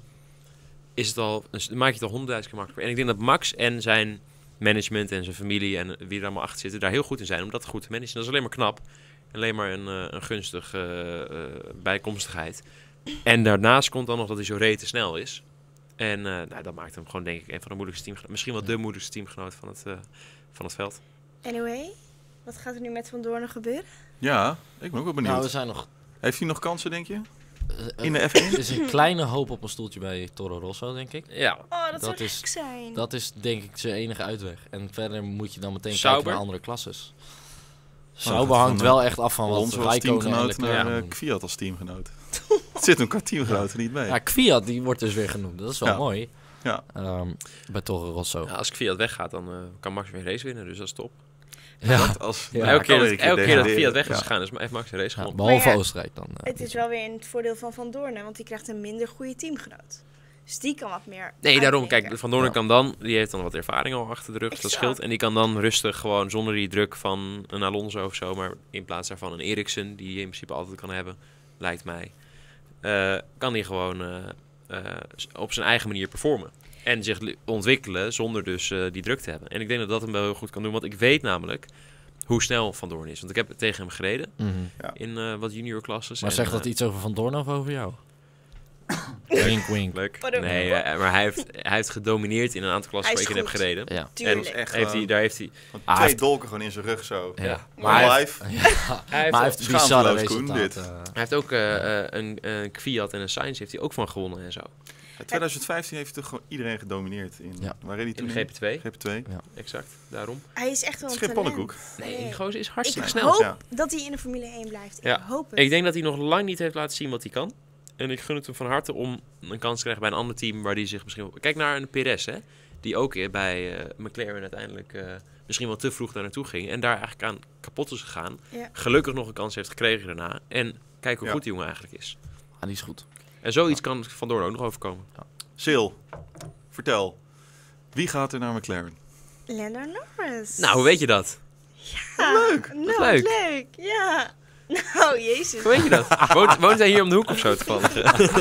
S1: is het al, dan maak je het al honderdduizend keer makkelijker. En ik denk dat Max en zijn management en zijn familie en wie er allemaal achter zitten, daar heel goed in zijn om dat goed te managen. Dat is alleen maar knap. Alleen maar een, uh, een gunstige uh, uh, bijkomstigheid. En daarnaast komt dan nog dat hij zo rete snel is. En uh, nou, dat maakt hem gewoon denk ik een van de moeilijkste teamgenoten. Misschien wel de moeilijkste teamgenoot van het, uh, van het veld.
S3: Anyway, wat gaat er nu met Van Doornen gebeuren?
S2: Ja, ik ben ook wel benieuwd.
S4: Nou, we zijn nog...
S2: Heeft hij nog kansen, denk je?
S4: uh,
S2: In de F één?
S4: Er is een kleine hoop op een stoeltje bij Toro Rosso, denk ik.
S1: Ja,
S3: Oh, dat,
S4: Dat
S3: zou
S4: is-
S3: gek zijn.
S4: Dat is denk ik zijn enige uitweg. En verder moet je dan meteen
S1: Sauber?
S4: kijken naar andere klasses.
S2: gaat
S4: Sauber hangt
S2: van,
S4: wel echt af van wat
S2: Alonso als
S4: Räikkönen en
S2: teamgenoot
S4: Leclerc
S2: naar
S4: gaan
S2: uh,
S4: doen.
S2: Kvyat als teamgenoot. Het zit een qua teamgenoten niet mee.
S4: Ja, Kvyat die wordt dus weer genoemd. Dat is wel
S2: Ja.
S4: mooi.
S2: Ja.
S4: Ehm, bij Toro Rosso.
S1: ja, als Kvyat weggaat, dan uh, kan Max weer een race winnen. Dus dat is top.
S4: Ja,
S2: Dat als,
S4: Ja,
S1: elke keer
S2: kan
S1: dat,
S2: weer een
S1: elke keer dat
S2: degraderen.
S1: Kvyat weg is
S2: Ja.
S1: gegaan, is, heeft Max een race
S4: ja,
S1: gewonnen.
S4: behalve
S3: Maar ja,
S4: Oostenrijk dan. eh,
S3: Het is wel weer in het voordeel van Van Doornen, want die krijgt een minder goede teamgenoot. Dus die kan wat meer
S1: Nee, daarom.
S3: uitdenken.
S1: Kijk, Van Doornen
S4: Ja.
S1: kan dan, die heeft dan wat ervaring al achter de rug, dat
S3: Exact.
S1: scheelt. En die kan dan rustig gewoon zonder die druk van een Alonso of zo, maar in plaats daarvan een Eriksen, die je in principe altijd kan hebben, lijkt mij, uh, kan die gewoon uh, uh, op zijn eigen manier performen. En zich li- ontwikkelen zonder dus uh, die druk te hebben. En ik denk dat dat hem wel heel goed kan doen, want ik weet namelijk hoe snel Van Doorn is. Want ik heb tegen hem gereden
S4: mhm.
S1: in uh, wat junior klasses.
S4: Maar
S1: en,
S4: zegt dat
S1: uh,
S4: iets over Van Doorn of over jou? wink, wink.
S1: Leuk.
S3: Pardon.
S1: Nee, uh, maar hij heeft, hij heeft gedomineerd in een aantal klassen
S3: Hij
S1: waar
S3: is
S1: ik in heb
S3: goed.
S1: gereden.
S4: Ja.
S3: Tuurlijk.
S2: Dat is echt
S1: Heeft hij,
S2: gewoon-
S1: daar heeft hij...
S2: want
S4: Ah,
S2: twee
S4: heeft-
S2: dolken gewoon in zijn rug zo.
S4: Ja.
S1: Maar hij heeft,
S2: live.
S4: Ja.
S1: hij heeft,
S4: Maar hij heeft bizarre
S2: schaamteloos, Koen,
S4: resultaten.
S2: dit.
S4: eh.
S1: hij heeft ook uh, uh, een, een Kvyat en een Sainz heeft hij ook van gewonnen en zo.
S2: In twintig vijftien heeft toch gewoon iedereen gedomineerd. In,
S4: Ja.
S2: Waar reed hij toen
S1: In de G P twee,
S2: G P twee.
S1: exact. Daarom.
S3: Hij is echt wel een
S2: Schip
S3: talent.
S2: pannenkoek.
S1: Nee,
S3: Nee.
S1: die gozer is
S3: Ik
S1: hartstikke
S2: Nee.
S1: snel.
S3: hoop
S2: Ja.
S3: dat hij in de Formule één blijft. Ik
S1: Ja.
S3: hoop het.
S1: Ik denk dat hij nog lang niet heeft laten zien wat hij kan. En ik gun het hem van harte om een kans te krijgen bij een ander team waar hij zich misschien... wel- Kijk naar een Perez, hè. Die ook eh, bij uh, McLaren uiteindelijk uh, misschien wel te vroeg daar naartoe ging. En daar eigenlijk aan kapot is gegaan.
S3: Ja.
S1: Gelukkig nog een kans heeft gekregen daarna. En kijk hoe
S2: Ja.
S1: goed die jongen eigenlijk is.
S4: Ah, die is goed.
S1: En zoiets kan Van Doorn ook nog overkomen.
S2: Sil, vertel. Wie gaat er naar McLaren?
S3: Lando Norris.
S1: Nou, hoe weet je dat?
S3: Ja.
S2: leuk.
S3: Nou,
S1: leuk.
S3: leuk. Ja. Nou, jezus.
S1: Hoe weet je dat? woont, woont hij hier om de hoek of zo toevallig?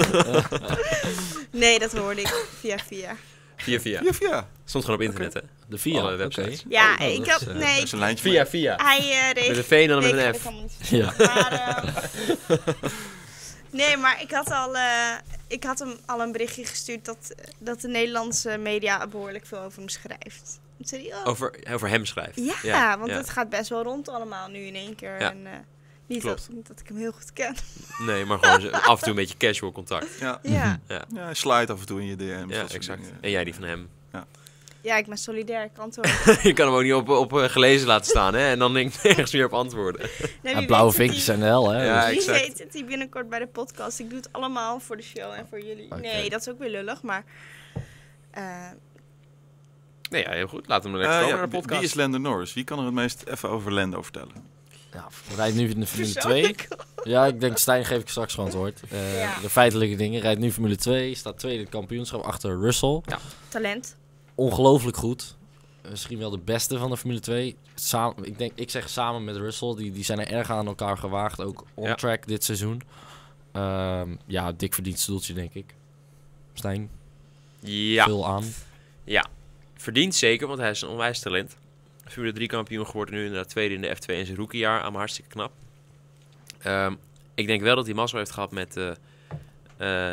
S3: Nee, dat hoorde ik via via.
S1: Via via.
S2: Ja, ja.
S1: Stond gewoon op internet, hè?
S4: De VIA,
S1: Alle
S4: oké.
S1: websites.
S3: Ja,
S4: Oh, dat
S3: ik
S4: is,
S3: had...
S4: eh,
S3: Nee,
S2: Dat is een lijntje.
S1: Via via.
S3: hij uh, reed...
S1: Met een V en dan
S3: Nee,
S1: met
S3: ik
S1: een
S3: ga
S1: F.
S3: dit allemaal niet
S4: Ja.
S3: Maar, eh, nee, maar ik had al, uh, ik had hem al een berichtje gestuurd dat, dat de Nederlandse media behoorlijk veel over hem schrijft. Toen zei hij, oh,
S1: Over, over hem schrijft.
S3: ja, want
S1: ja.
S3: het gaat best wel rond allemaal nu in één keer.
S1: Ja.
S3: En, uh, niet,
S1: Klopt.
S3: dat, niet dat ik hem heel goed ken.
S1: Nee, maar gewoon zo- af en toe een beetje casual contact.
S2: Ja.
S3: Ja,
S1: Ja,
S2: Ja, hij slide af en toe in je D M's.
S1: ja
S2: dat soort
S1: exact.
S2: dingen.
S1: En jij die van hem.
S3: ja, ik ben solidair, ik antwoord.
S1: Je kan hem ook niet op, op uh, gelezen laten staan, hè? En dan denk ik nergens meer op antwoorden.
S3: Nee,
S4: Ja,
S3: wie
S4: blauwe
S3: weet zit
S4: vinkjes
S3: hij-
S4: zijn de hel, hè?
S1: Ja,
S4: Dus-
S3: Wie
S1: exact.
S3: weet zit hij binnenkort bij de podcast. Ik doe het allemaal voor de show en voor jullie.
S4: Oké.
S3: Nee, dat is ook weer lullig, maar... eh,
S1: Nee, ja, heel goed. Laat hem dan
S2: Eh,
S1: lekker komen
S2: ja,
S1: naar de
S2: wie-
S1: podcast.
S2: wie is Lando Norris? Wie kan er het meest even over Lando vertellen?
S4: Ja, rijdt nu in de Formule twee.
S3: persoonlijk.
S4: Ja, ik denk Stijn geef ik straks gewoon het woord. Eh,
S3: Ja.
S4: De feitelijke dingen. Rijdt nu Formule twee. Staat tweede in het kampioenschap achter Russell.
S3: Talent.
S4: Ongelooflijk goed. Misschien wel de beste van de Formule twee. Samen, ik, denk, ik zeg samen met Russell. Die, die zijn er erg aan elkaar gewaagd. Ook on
S1: Ja.
S4: track dit seizoen. Ehm, ja, dik verdiend stoeltje, denk ik. Stijn,
S1: Ja,
S4: veel aan.
S1: verdient zeker, want hij is een onwijs talent. Formule drie kampioen geworden, nu inderdaad tweede in de F twee in zijn rookiejaar. Allemaal hartstikke knap. Ehm, ik denk wel dat hij mazzel heeft gehad met, uh, uh,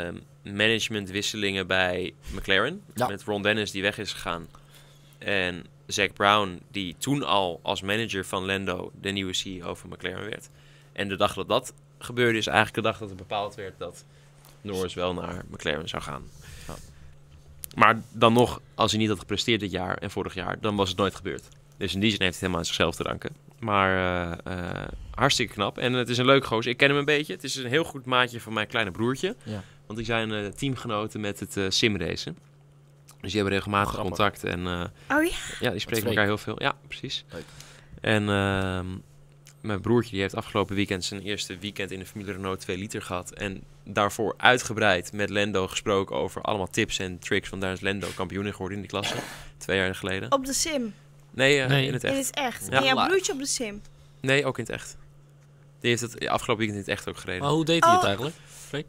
S1: managementwisselingen bij McLaren.
S4: Ja.
S1: Met Ron Dennis die weg is gegaan. En Zac Brown die toen al als manager van Lando de nieuwe C E O van McLaren werd. En de dag dat dat gebeurde is eigenlijk de dag dat er bepaald werd dat Norris wel naar McLaren zou gaan.
S4: Ja.
S1: Maar dan nog, als hij niet had gepresteerd dit jaar en vorig jaar, dan was het nooit gebeurd. Dus in die zin heeft hij het helemaal aan zichzelf te danken. Maar uh, uh, hartstikke knap. En het is een leuk gozer. Ik ken hem een beetje. Het is een heel goed maatje van mijn kleine broertje.
S4: Ja.
S1: Want die zijn uh, teamgenoten met het uh, simracen. Dus die hebben regelmatig
S4: Grappig.
S1: contact. En uh,
S3: Oh ja?
S1: ja, die spreken
S4: Freek.
S1: elkaar heel veel. Ja, precies.
S4: Leuk.
S1: En uh, mijn broertje die heeft afgelopen weekend zijn eerste weekend in de Formule Renault twee liter gehad. En daarvoor uitgebreid met Lando gesproken over allemaal tips en tricks. Want daar is Lando kampioen in geworden in die klasse. Twee jaar geleden.
S3: Op de sim.
S1: Nee, uh,
S4: Nee.
S1: in het
S3: In
S1: echt.
S3: het echt.
S1: Ja.
S3: En jouw broertje op de sim.
S1: Nee, ook in het echt. Die heeft het afgelopen weekend in het echt ook gereden.
S4: Maar hoe deed hij het
S3: Oh.
S4: eigenlijk?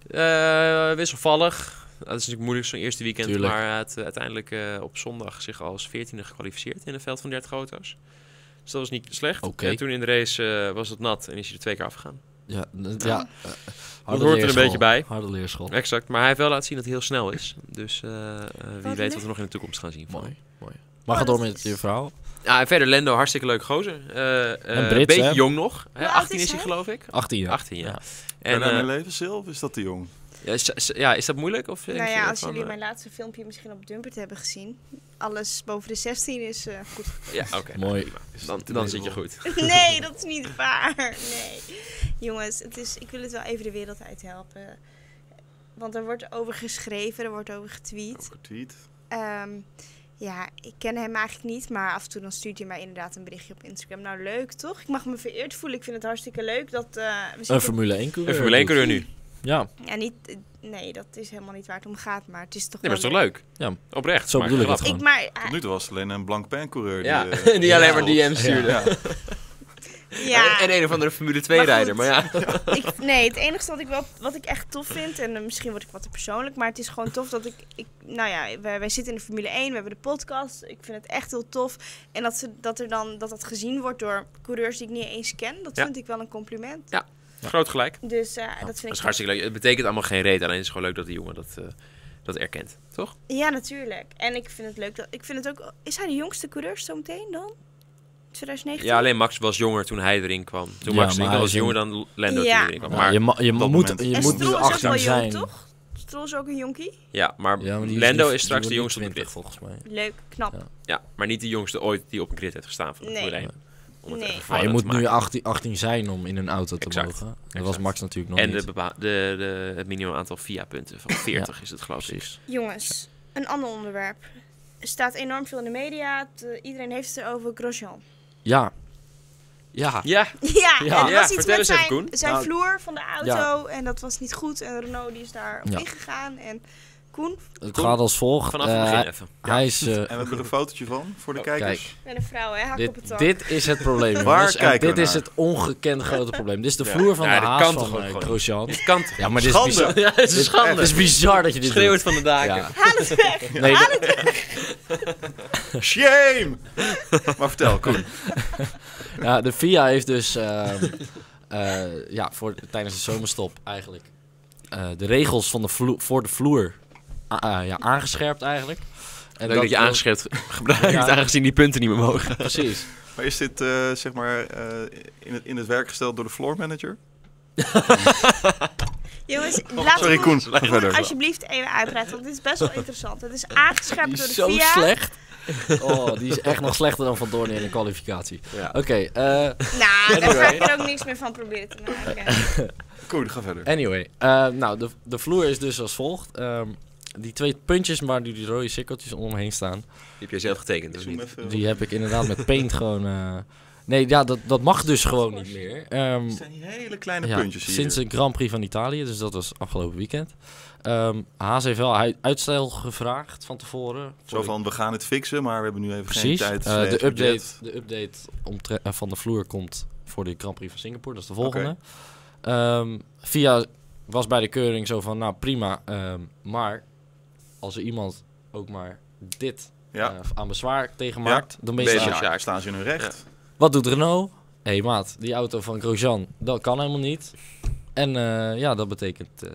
S1: Uh, wisselvallig. Dat is natuurlijk moeilijk zo'n eerste weekend.
S4: Tuurlijk.
S1: Maar hij had uh, uiteindelijk uh, op zondag zich als veertiende gekwalificeerd in een veld van dertig auto's. Dus dat was niet slecht.
S4: Oké.
S1: En toen in de race uh, was het nat en is hij er twee keer afgegaan.
S4: Ja, n- ja. Uh, harde
S1: hoort er een
S4: leerschool.
S1: beetje bij.
S4: Harde leerschool.
S1: Exact. Maar hij heeft wel laten zien dat hij heel snel is. Dus uh, uh, wie
S3: Wat
S1: weet
S3: leuk.
S1: wat we nog in de toekomst gaan zien. van
S4: Mooi,
S1: hem.
S4: mooi. Maar
S3: Oh,
S4: ga door
S3: dat
S4: met
S3: is-
S4: je verhaal.
S1: Ja, en verder Lando, hartstikke leuk gozer. Uh, uh,
S4: En Brits,
S1: een beetje
S4: hè?
S1: jong nog. Hè?
S3: Hoe oud
S1: achttien
S3: is
S1: is hij
S3: hij?
S1: geloof ik.
S4: achttien jaar.
S1: achttien, ja.
S4: Ja.
S2: En
S1: En,
S2: uh,
S1: uh,
S2: mijn leven zelf is dat te jong?
S1: ja, is, is- ja, is dat moeilijk? Of denk
S3: Nou
S1: je
S3: ja, als
S1: van,
S3: jullie
S1: uh,
S3: mijn laatste filmpje misschien op Dumpert hebben gezien. Alles boven de zestien is uh, goed.
S1: Ja, oké.
S4: Mooi.
S1: prima.
S2: Is
S1: Dan,
S2: dat
S1: dan
S2: debatable?
S1: zit je goed.
S3: Nee, dat is niet waar. Nee. Jongens, het is, ik wil het wel even de wereld uithelpen. Want er wordt over geschreven, er wordt over getweet.
S2: Getweet.
S3: Ehm, ja, ik ken hem eigenlijk niet, maar af en toe dan stuurt hij mij inderdaad een berichtje op Instagram. Nou, leuk toch? Ik mag me vereerd voelen. Ik vind het hartstikke leuk dat uh, we
S4: Een
S3: zitten-
S4: Formule één coureur.
S1: Een Formule één coureur nu.
S4: Ja,
S3: Ja, niet, eh, nee, dat is helemaal niet waar het om gaat, maar het is toch
S1: Nee, maar
S3: wel
S1: het is toch leuk?
S4: Ja.
S1: Oprecht.
S4: Zo
S1: Maar
S4: bedoel ik het
S1: grappig.
S3: Ik maar
S2: Tot nu toe was het alleen een blank pen coureur.
S1: Ja,
S2: Die, uh,
S1: die alleen maar
S2: ja,
S1: D M's stuurde.
S2: Ja.
S3: ja.
S1: En een of andere Formule twee
S3: Maar
S1: rijder.
S3: goed.
S1: Maar ja.
S3: Ik, nee, het enige wat ik, wel, wat ik echt tof vind, en uh, misschien word ik wat te persoonlijk, maar het is gewoon tof dat ik, ik nou ja, wij, wij zitten in de Formule één, we hebben de podcast, ik vind het echt heel tof. En dat, ze, dat, er dan, dat dat gezien wordt door coureurs die ik niet eens ken, dat
S1: Ja.
S3: vind ik wel een compliment.
S1: Ja. Groot gelijk.
S3: Dus uh, dat vind
S1: Dat
S3: ik
S1: is hartstikke leuk. Het betekent allemaal geen reet. Alleen het is gewoon leuk dat die jongen dat, uh, dat erkent. Toch?
S3: Ja, natuurlijk. En ik vind het leuk dat, ik vind het ook, is hij de jongste coureur zometeen dan? twintig negentien?
S1: Ja, alleen Max was jonger toen hij erin kwam. Toen
S4: Ja,
S1: Max
S4: maar
S1: erin
S4: hij
S1: was
S4: is
S1: jonger
S4: een-
S1: dan Lando
S3: Ja.
S1: toen erin kwam.
S4: Ja,
S1: Maar,
S4: je, ma- je
S2: dat
S4: moet,
S2: moment.
S4: je
S3: En
S4: moet
S3: Stroll
S4: nu
S3: is ook wel
S4: achttien
S3: jong,
S4: zijn.
S3: toch? Stroll is ook een jonkie.
S1: ja, maar,
S4: Ja, maar die is
S1: Lando
S4: nu-
S1: is straks de
S4: die
S1: jongste op
S4: wordt
S1: de
S4: nu
S1: grid.
S4: twintig, volgens mij.
S3: Leuk, knap.
S4: Ja.
S1: Ja, maar niet de jongste ooit die op een grid heeft gestaan van de
S3: Nee.
S1: Formule één. Om het
S3: Nee.
S1: even
S4: Maar je
S1: te
S4: moet nu
S1: maken.
S4: achttien, achttien zijn om in een auto te
S1: Exact.
S4: mogen. Dat
S1: Exact.
S4: was Max natuurlijk nog
S1: En de,
S4: niet.
S1: bepa- de, de, het minimum aantal V I A-punten van veertig is het geloof ik.
S4: Precies.
S3: Jongens, een ander onderwerp. Er staat enorm veel in de media. Het, uh, iedereen heeft het erover Grosjean.
S4: Ja. Ja.
S1: Ja,
S3: Ja,
S4: Ja.
S3: en er
S1: Ja,
S3: was iets
S1: vertel
S3: met
S1: eens even,
S3: zijn,
S1: Koen.
S3: zijn
S4: Nou,
S3: vloer van de auto.
S4: ja.
S3: En dat was niet goed. En Renault die is daar op
S4: Ja.
S3: ingegaan. En Koen,
S4: Het
S1: Kom.
S4: gaat als volgt.
S1: vanaf
S4: Eh,
S1: het begin
S4: hij-
S1: even.
S4: hij is... eh,
S2: En we hebben er een fotootje van voor de
S1: Oh,
S2: kijkers.
S4: kijk.
S3: ben een vrouw, hè? Hak op het
S4: Dit,
S3: tong.
S4: dit is het probleem.
S2: Waar
S4: jongens. En
S2: kijken we
S4: dit is
S2: naar?
S4: het ongekend grote probleem. Dit is de
S2: Ja.
S4: vloer van
S1: Ja,
S4: de
S1: dat
S4: haas
S1: kan toch
S4: van
S1: ook
S4: eh,
S1: gewoon
S4: Grosjean.
S1: Dit kan toch?
S4: Ja, maar dit is
S2: Schande.
S4: bizar.
S1: Ja, het is een schande.
S4: Het is bizar dat je dit
S1: Schreeuw
S4: doet.
S1: het van de daken.
S4: Ja.
S3: Haal het weg!
S4: Nee,
S3: Haal
S4: de-
S3: het weg!
S2: Shame! Maar vertel, Koen.
S4: ja, de F I A heeft dus ehm, eh, ja, voor, tijdens de zomerstop eigenlijk eh, de regels van de vloer, voor de vloer a- eh, ja, aangescherpt eigenlijk. En
S1: Leuk dat je
S4: wil-
S1: aangescherpt gebruikt,
S4: Ja.
S1: aangezien die punten niet meer mogen.
S4: Precies.
S2: Maar is dit eh, zeg maar eh, in, het, in het werk gesteld door de floor manager?
S3: Jongens, laat
S2: Sorry, Koen. Ga
S3: Koen,
S2: verder.
S3: alsjeblieft even uitpraten, want dit is best wel interessant. Het is aangescherpt
S4: Die
S3: door
S4: is
S3: de
S4: zo
S3: V I A.
S4: slecht. Oh, die is echt nog slechter dan Van Doorn in de kwalificatie.
S1: Ja.
S4: Oké, eh,
S3: Nou, daar ga
S4: Anyway.
S3: ik er ook niks meer van proberen te maken.
S2: Koen, ga verder.
S4: anyway. eh, nou, de, de vloer is dus als volgt. Ehm, die twee puntjes waar nu die rode cirkeltjes omheen staan,
S1: Die heb jij zelf getekend, dus
S2: Zoom
S1: niet.
S2: even op.
S4: die heb ik inderdaad met paint gewoon... eh, nee, ja, dat, dat mag dus gewoon niet meer. Ehm,
S2: Het zijn die hele kleine
S4: ja,
S2: puntjes hier.
S4: sinds de Grand Prix van Italië, dus dat was afgelopen weekend. Ehm Haas heeft wel ui- uitstel gevraagd van tevoren.
S2: Zo van, we gaan het fixen, maar we hebben nu even
S4: Precies.
S2: geen tijd.
S4: Eh,
S2: slash
S4: de update,
S2: budget.
S4: de update omtre- eh, van de vloer komt voor de Grand Prix van Singapore. Dat is de volgende. Ehm, V I A was bij de keuring zo van, nou prima. ehm, maar als er iemand ook maar dit
S2: Ja,
S4: eh, aan bezwaar tegen maakt, dan ben je
S1: Bezig.
S4: eruit.
S2: ja,
S1: ja.
S2: daar staan ze in hun recht.
S4: Wat doet Renault? Hé hey, maat, die auto van Grosjean, dat kan helemaal niet. En eh, ja, dat betekent eh,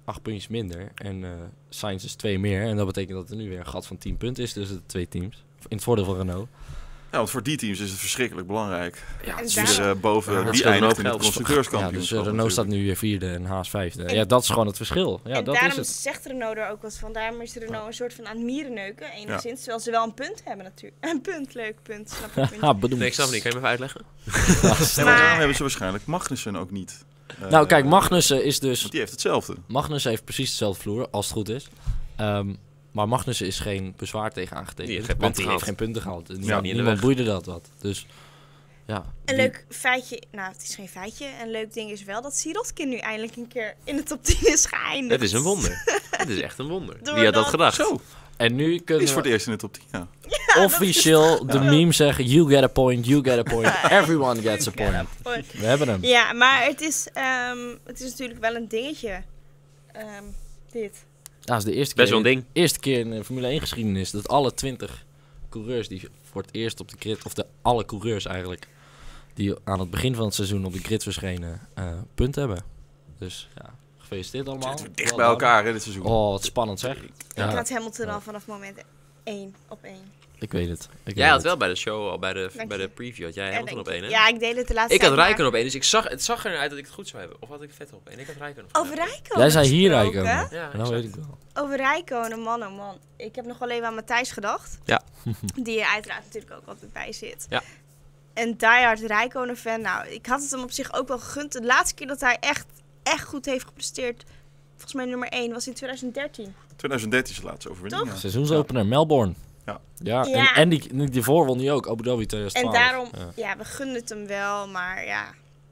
S4: acht puntjes minder. En uh, Sainz is twee meer. En dat betekent dat er nu weer een gat van tien punten is tussen de twee teams. In het voordeel van Renault.
S2: Ja, want voor die teams is het verschrikkelijk belangrijk.
S3: Ja, en
S2: Dus
S3: daar-
S2: weer uh, boven
S1: Ja, dat
S2: wie
S1: scheelt een hoop
S2: eindigt in het
S1: geld.
S4: Ja,
S2: constructeurskampioenschap.
S4: dus uh, Renault staat
S2: natuurlijk.
S4: nu weer vierde en Haas vijfde.
S3: En-
S4: Ja, dat is gewoon het verschil. Ja,
S3: en
S4: dat is
S3: daarom
S4: het.
S3: zegt Renault er ook wat van. Daarom is Renault een soort van aan het mierenneuken, enigszins.
S2: Ja.
S3: Terwijl ze wel een punt hebben natuurlijk. Een punt, leuk punt. Snap je het punt?
S4: Ha, bedoeld.
S1: Nee, ik snap het niet. Kan je me even uitleggen?
S2: Nee, maar
S3: Maar-
S2: daarom hebben ze waarschijnlijk Magnussen ook niet. Uh,
S4: Nou, kijk, Magnussen is dus...
S2: Want die heeft hetzelfde.
S4: Magnussen heeft precies dezelfde vloer, als het goed is. Um, maar Magnussen is geen bezwaar tegen aangetekend.
S1: Die heeft geen
S4: want
S1: punten
S4: die heeft
S1: gehaald.
S4: geen punten gehaald. Niemand,
S1: niet in de
S4: niemand
S1: weg.
S4: boeide dat wat. Dus ja.
S3: Een
S4: die-
S3: leuk feitje, nou het is geen feitje, een leuk ding is wel dat Sirotkin nu eindelijk een keer in de top tien is geëindigd.
S1: Het is een wonder. Het is echt een wonder. Wie
S3: Doordat-
S1: had dat gedacht?
S2: Zo,
S4: En nu
S2: die
S4: kunnen
S2: is voor
S4: we
S2: het eerst in de top tien. Ja.
S4: officieel de meme zeggen, you get a point, you get a point, everyone gets a point. We hebben hem.
S3: Ja, maar het is, ehm, het is natuurlijk wel een dingetje. Ehm, dit.
S4: Ja, dat is de eerste
S1: Best wel
S4: keer,
S1: een ding.
S4: eerste keer in de Formule één geschiedenis dat alle twintig coureurs die voor het eerst op de grid, of de alle coureurs eigenlijk, die aan het begin van het seizoen op de grid verschenen, uh, punten hebben. Dus ja, gefeliciteerd allemaal.
S2: Zitten we dicht
S4: Wel
S2: bij
S4: done.
S2: elkaar hè, dit seizoen.
S4: Oh, wat spannend zeg.
S3: Ik
S4: Ja,
S3: had Hamilton
S4: Ja.
S3: al vanaf moment één op één.
S4: ik weet het. Ik
S1: Jij
S4: weet
S1: had
S4: het.
S1: wel bij de show, al bij de,
S3: Dank
S1: bij
S3: je.
S1: de preview, had jij
S3: Ja,
S1: Hamilton
S3: denk
S1: op
S3: ik.
S1: één, hè?
S3: Ja, ik deed het de laatste
S1: Ik had
S3: tijd, maar-
S1: Rijken op één, dus ik zag, het zag er uit dat ik het goed zou hebben. Of had ik Vettel op één? Ik had Rijken op
S3: Over Rijkonen
S4: Jij zei hier
S3: gesproken.
S4: Rijkonen.
S1: Ja,
S4: Nou weet
S1: exact.
S4: ik wel.
S3: Over Rijkonen, man oh man. Ik heb nog wel even aan Matthijs gedacht.
S1: Ja.
S3: Die er uiteraard natuurlijk ook altijd bij zit.
S1: Ja.
S3: Een diehard Rijkonen fan. Nou, ik had het hem op zich ook wel gegund. De laatste keer dat hij echt, echt goed heeft gepresteerd, volgens mij nummer één, was in twintig dertien.
S2: twintig dertien is de laatste overwinning.
S3: Toch?
S2: Ja.
S4: Seizoensopener, Melbourne.
S2: Ja.
S4: Ja,
S3: Ja.
S4: en, en die, die, die voor won die ook, Abu Dhabi twintig twaalf.
S3: En daarom,
S4: Ja.
S3: ja. we gunden het hem wel, maar ja,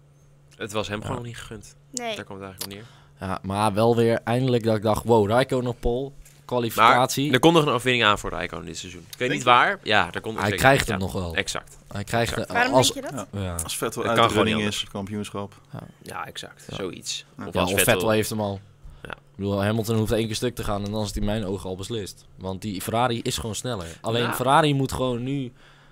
S1: Het was hem
S4: Ja.
S1: gewoon niet gegund.
S3: nee.
S1: Daar kwam het eigenlijk op neer.
S4: Ja, maar wel weer eindelijk dat ik dacht, wow, Rijkonen op pole,
S1: Maar
S4: kwalificatie.
S1: er komt nog een overwinning aan voor Rijkonen dit seizoen. Ik weet
S2: Denk
S1: niet
S2: je?
S1: waar. Ja, daar komt er
S4: Hij
S1: zeker-
S4: krijgt hem
S1: ja,
S4: nog wel.
S1: Exact.
S4: Hij krijgt
S1: Exact.
S4: eh,
S3: Waarom
S4: als,
S3: denk je dat?
S2: Ja.
S4: ja.
S2: Als Vettel
S1: Het
S2: uit
S1: kan
S2: de
S1: gewoon
S2: running
S1: niet
S2: is, het kampioenschap.
S1: Ja, exact.
S4: Ja.
S1: Zoiets.
S2: Ja.
S1: Of
S4: Ja,
S1: als
S4: of
S1: Vettel...
S4: Vettel heeft hem al.
S1: Ja.
S4: Ik bedoel, Hamilton hoeft één keer stuk te gaan en dan is het in mijn ogen al beslist. Want die Ferrari is gewoon sneller. Alleen
S1: Ja.
S4: Ferrari moet gewoon nu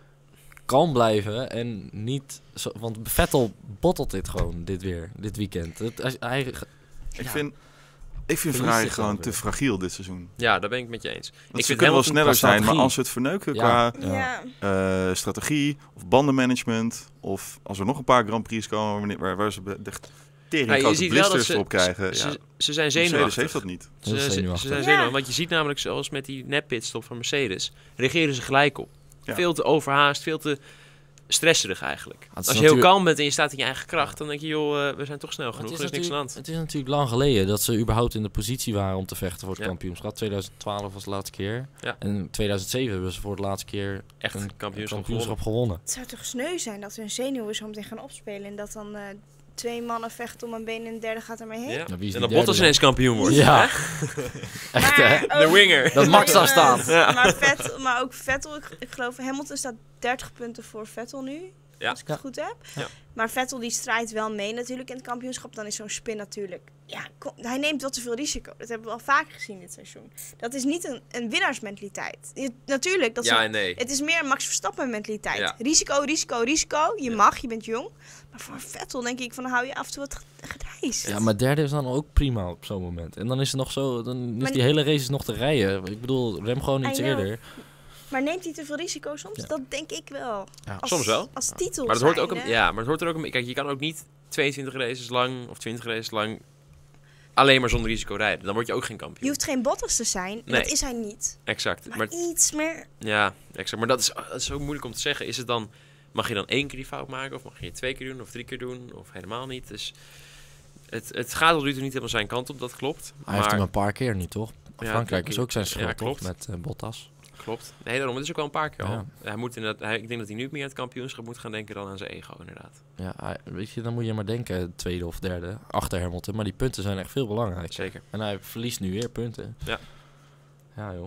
S4: kalm blijven en niet... Zo, want Vettel bottelt dit gewoon, dit weer, dit weekend. Het, hij, hij-
S2: Ik
S4: Ja.
S2: vind, ik vind
S4: Verliest
S2: Ferrari
S4: zich
S2: gewoon
S4: dan
S2: te
S4: weer.
S2: fragiel dit seizoen.
S1: Ja, daar ben ik met je eens.
S2: Want
S1: ik
S2: ze
S1: vind
S2: kunnen wel
S1: Hamilton
S2: sneller
S4: qua
S2: zijn, maar
S4: strategie.
S2: als ze het verneuken
S4: Ja.
S2: qua
S3: Ja.
S2: eh, strategie of bandenmanagement, of als er nog een paar Grand Prix komen wanneer- waar, waar ze be- de tering
S1: Ja, je
S2: grote
S1: ziet wel dat
S2: blisters
S1: ze,
S2: op krijgen.
S1: ze,
S2: ja,
S1: ze, ze zijn
S2: Mercedes
S1: zenuwachtig.
S2: heeft dat niet.
S4: Heel
S1: Ze, ze, ze
S4: zenuwachtig.
S1: zijn
S3: Ja.
S1: zenuwachtig. Want je ziet namelijk, zoals met die nep-pitstop van Mercedes, reageren ze gelijk op.
S2: Ja.
S1: Veel te overhaast, veel te stresserig eigenlijk.
S4: het is
S1: Als je heel
S4: natuurlijk-
S1: kalm bent en je staat in je eigen kracht, dan denk je, joh, eh, we zijn toch snel genoeg, er is niks aan de hand.
S4: Het is natuurlijk lang geleden dat ze überhaupt in de positie waren om te vechten voor het
S1: Ja.
S4: kampioenschap. twintig twaalf was de laatste keer.
S1: Ja.
S4: En in tweeduizend zeven hebben ze voor de laatste keer
S1: Echt
S4: een
S1: een kampioenschap,
S4: kampioenschap
S1: gewonnen.
S4: gewonnen.
S3: Het zou toch sneu zijn dat hun zenuwen zo meteen gaan opspelen en dat dan eh, twee mannen vechten om een been en een derde gaat ermee heen?
S1: Ja.
S4: Ja, wie is
S1: En
S4: die
S1: dat
S4: derde
S1: Bottas
S4: dan?
S1: ineens kampioen wordt.
S4: Ja,
S1: hè?
S4: echt hè.
S3: Maar
S1: De
S3: ook-
S1: winger.
S4: Dat Max daar
S3: eh,
S4: staat.
S1: Ja.
S3: Maar, Vettel, maar ook Vettel, ik, ik geloof Hamilton staat dertig punten voor Vettel nu,
S1: Ja.
S3: als ik het
S4: Ja.
S3: goed heb.
S1: Ja.
S3: Maar Vettel die strijdt wel mee natuurlijk in het kampioenschap. Dan is zo'n spin natuurlijk, ja, kom- hij neemt wel te veel risico. Dat hebben we al vaker gezien dit seizoen. Dat is niet een, een winnaarsmentaliteit. Je- natuurlijk, dat is
S1: Ja
S3: een-
S1: en nee.
S3: het is meer een Max Verstappen mentaliteit.
S1: Ja.
S3: Risico, risico, risico. Je
S1: Ja.
S3: mag, je bent jong. Maar voor Vettel denk ik van, hou je af en toe wat gedijst.
S4: Ja, maar derde is dan ook prima op zo'n moment. En dan is het nog zo, dan is
S3: Maar
S4: die hele race is nog te rijden. Ik bedoel, rem gewoon
S3: I
S4: iets
S3: know.
S4: eerder.
S3: Maar neemt hij te veel risico soms?
S4: Ja.
S3: Dat denk ik wel.
S4: Ja.
S3: Als,
S1: Soms wel.
S3: Als titel
S1: Maar het hoort ook een,
S3: zijnde.
S1: ja, maar het hoort er ook een, kijk, je kan ook niet tweeëntwintig races lang of twintig races lang alleen maar zonder risico rijden. Dan word je ook geen
S3: Je
S1: kampioen.
S3: hoeft geen Bottas te zijn. En
S1: Nee.
S3: dat is hij niet.
S1: Exact.
S3: Maar,
S1: Maar
S3: iets meer...
S1: ja, exact. Maar dat is, dat is zo moeilijk om te zeggen. Is het dan, mag je dan één keer die fout maken? Of mag je het twee keer doen? Of drie keer doen? Of helemaal niet? Dus het, het gaat tot nu toe niet helemaal zijn kant op, dat klopt.
S4: Hij heeft
S1: maar,
S4: hem een paar keer niet, toch?
S1: Ja,
S4: Frankrijk is
S1: klopt.
S4: ook zijn
S1: Ja,
S4: schuld, toch?
S1: klopt.
S4: Met eh, Bottas.
S1: klopt. Nee, daarom. Het is ook wel een paar keer al.
S4: Ja.
S1: Hij moet inderdaad, hij, ik denk dat hij nu meer aan het kampioenschap moet gaan denken dan aan zijn ego, inderdaad.
S4: Ja, hij- weet je, dan moet je maar denken, tweede of derde, achter Hamilton. Maar die punten zijn echt veel belangrijk.
S1: Zeker.
S4: En hij verliest nu weer punten.
S1: Ja.
S4: Ja, joh.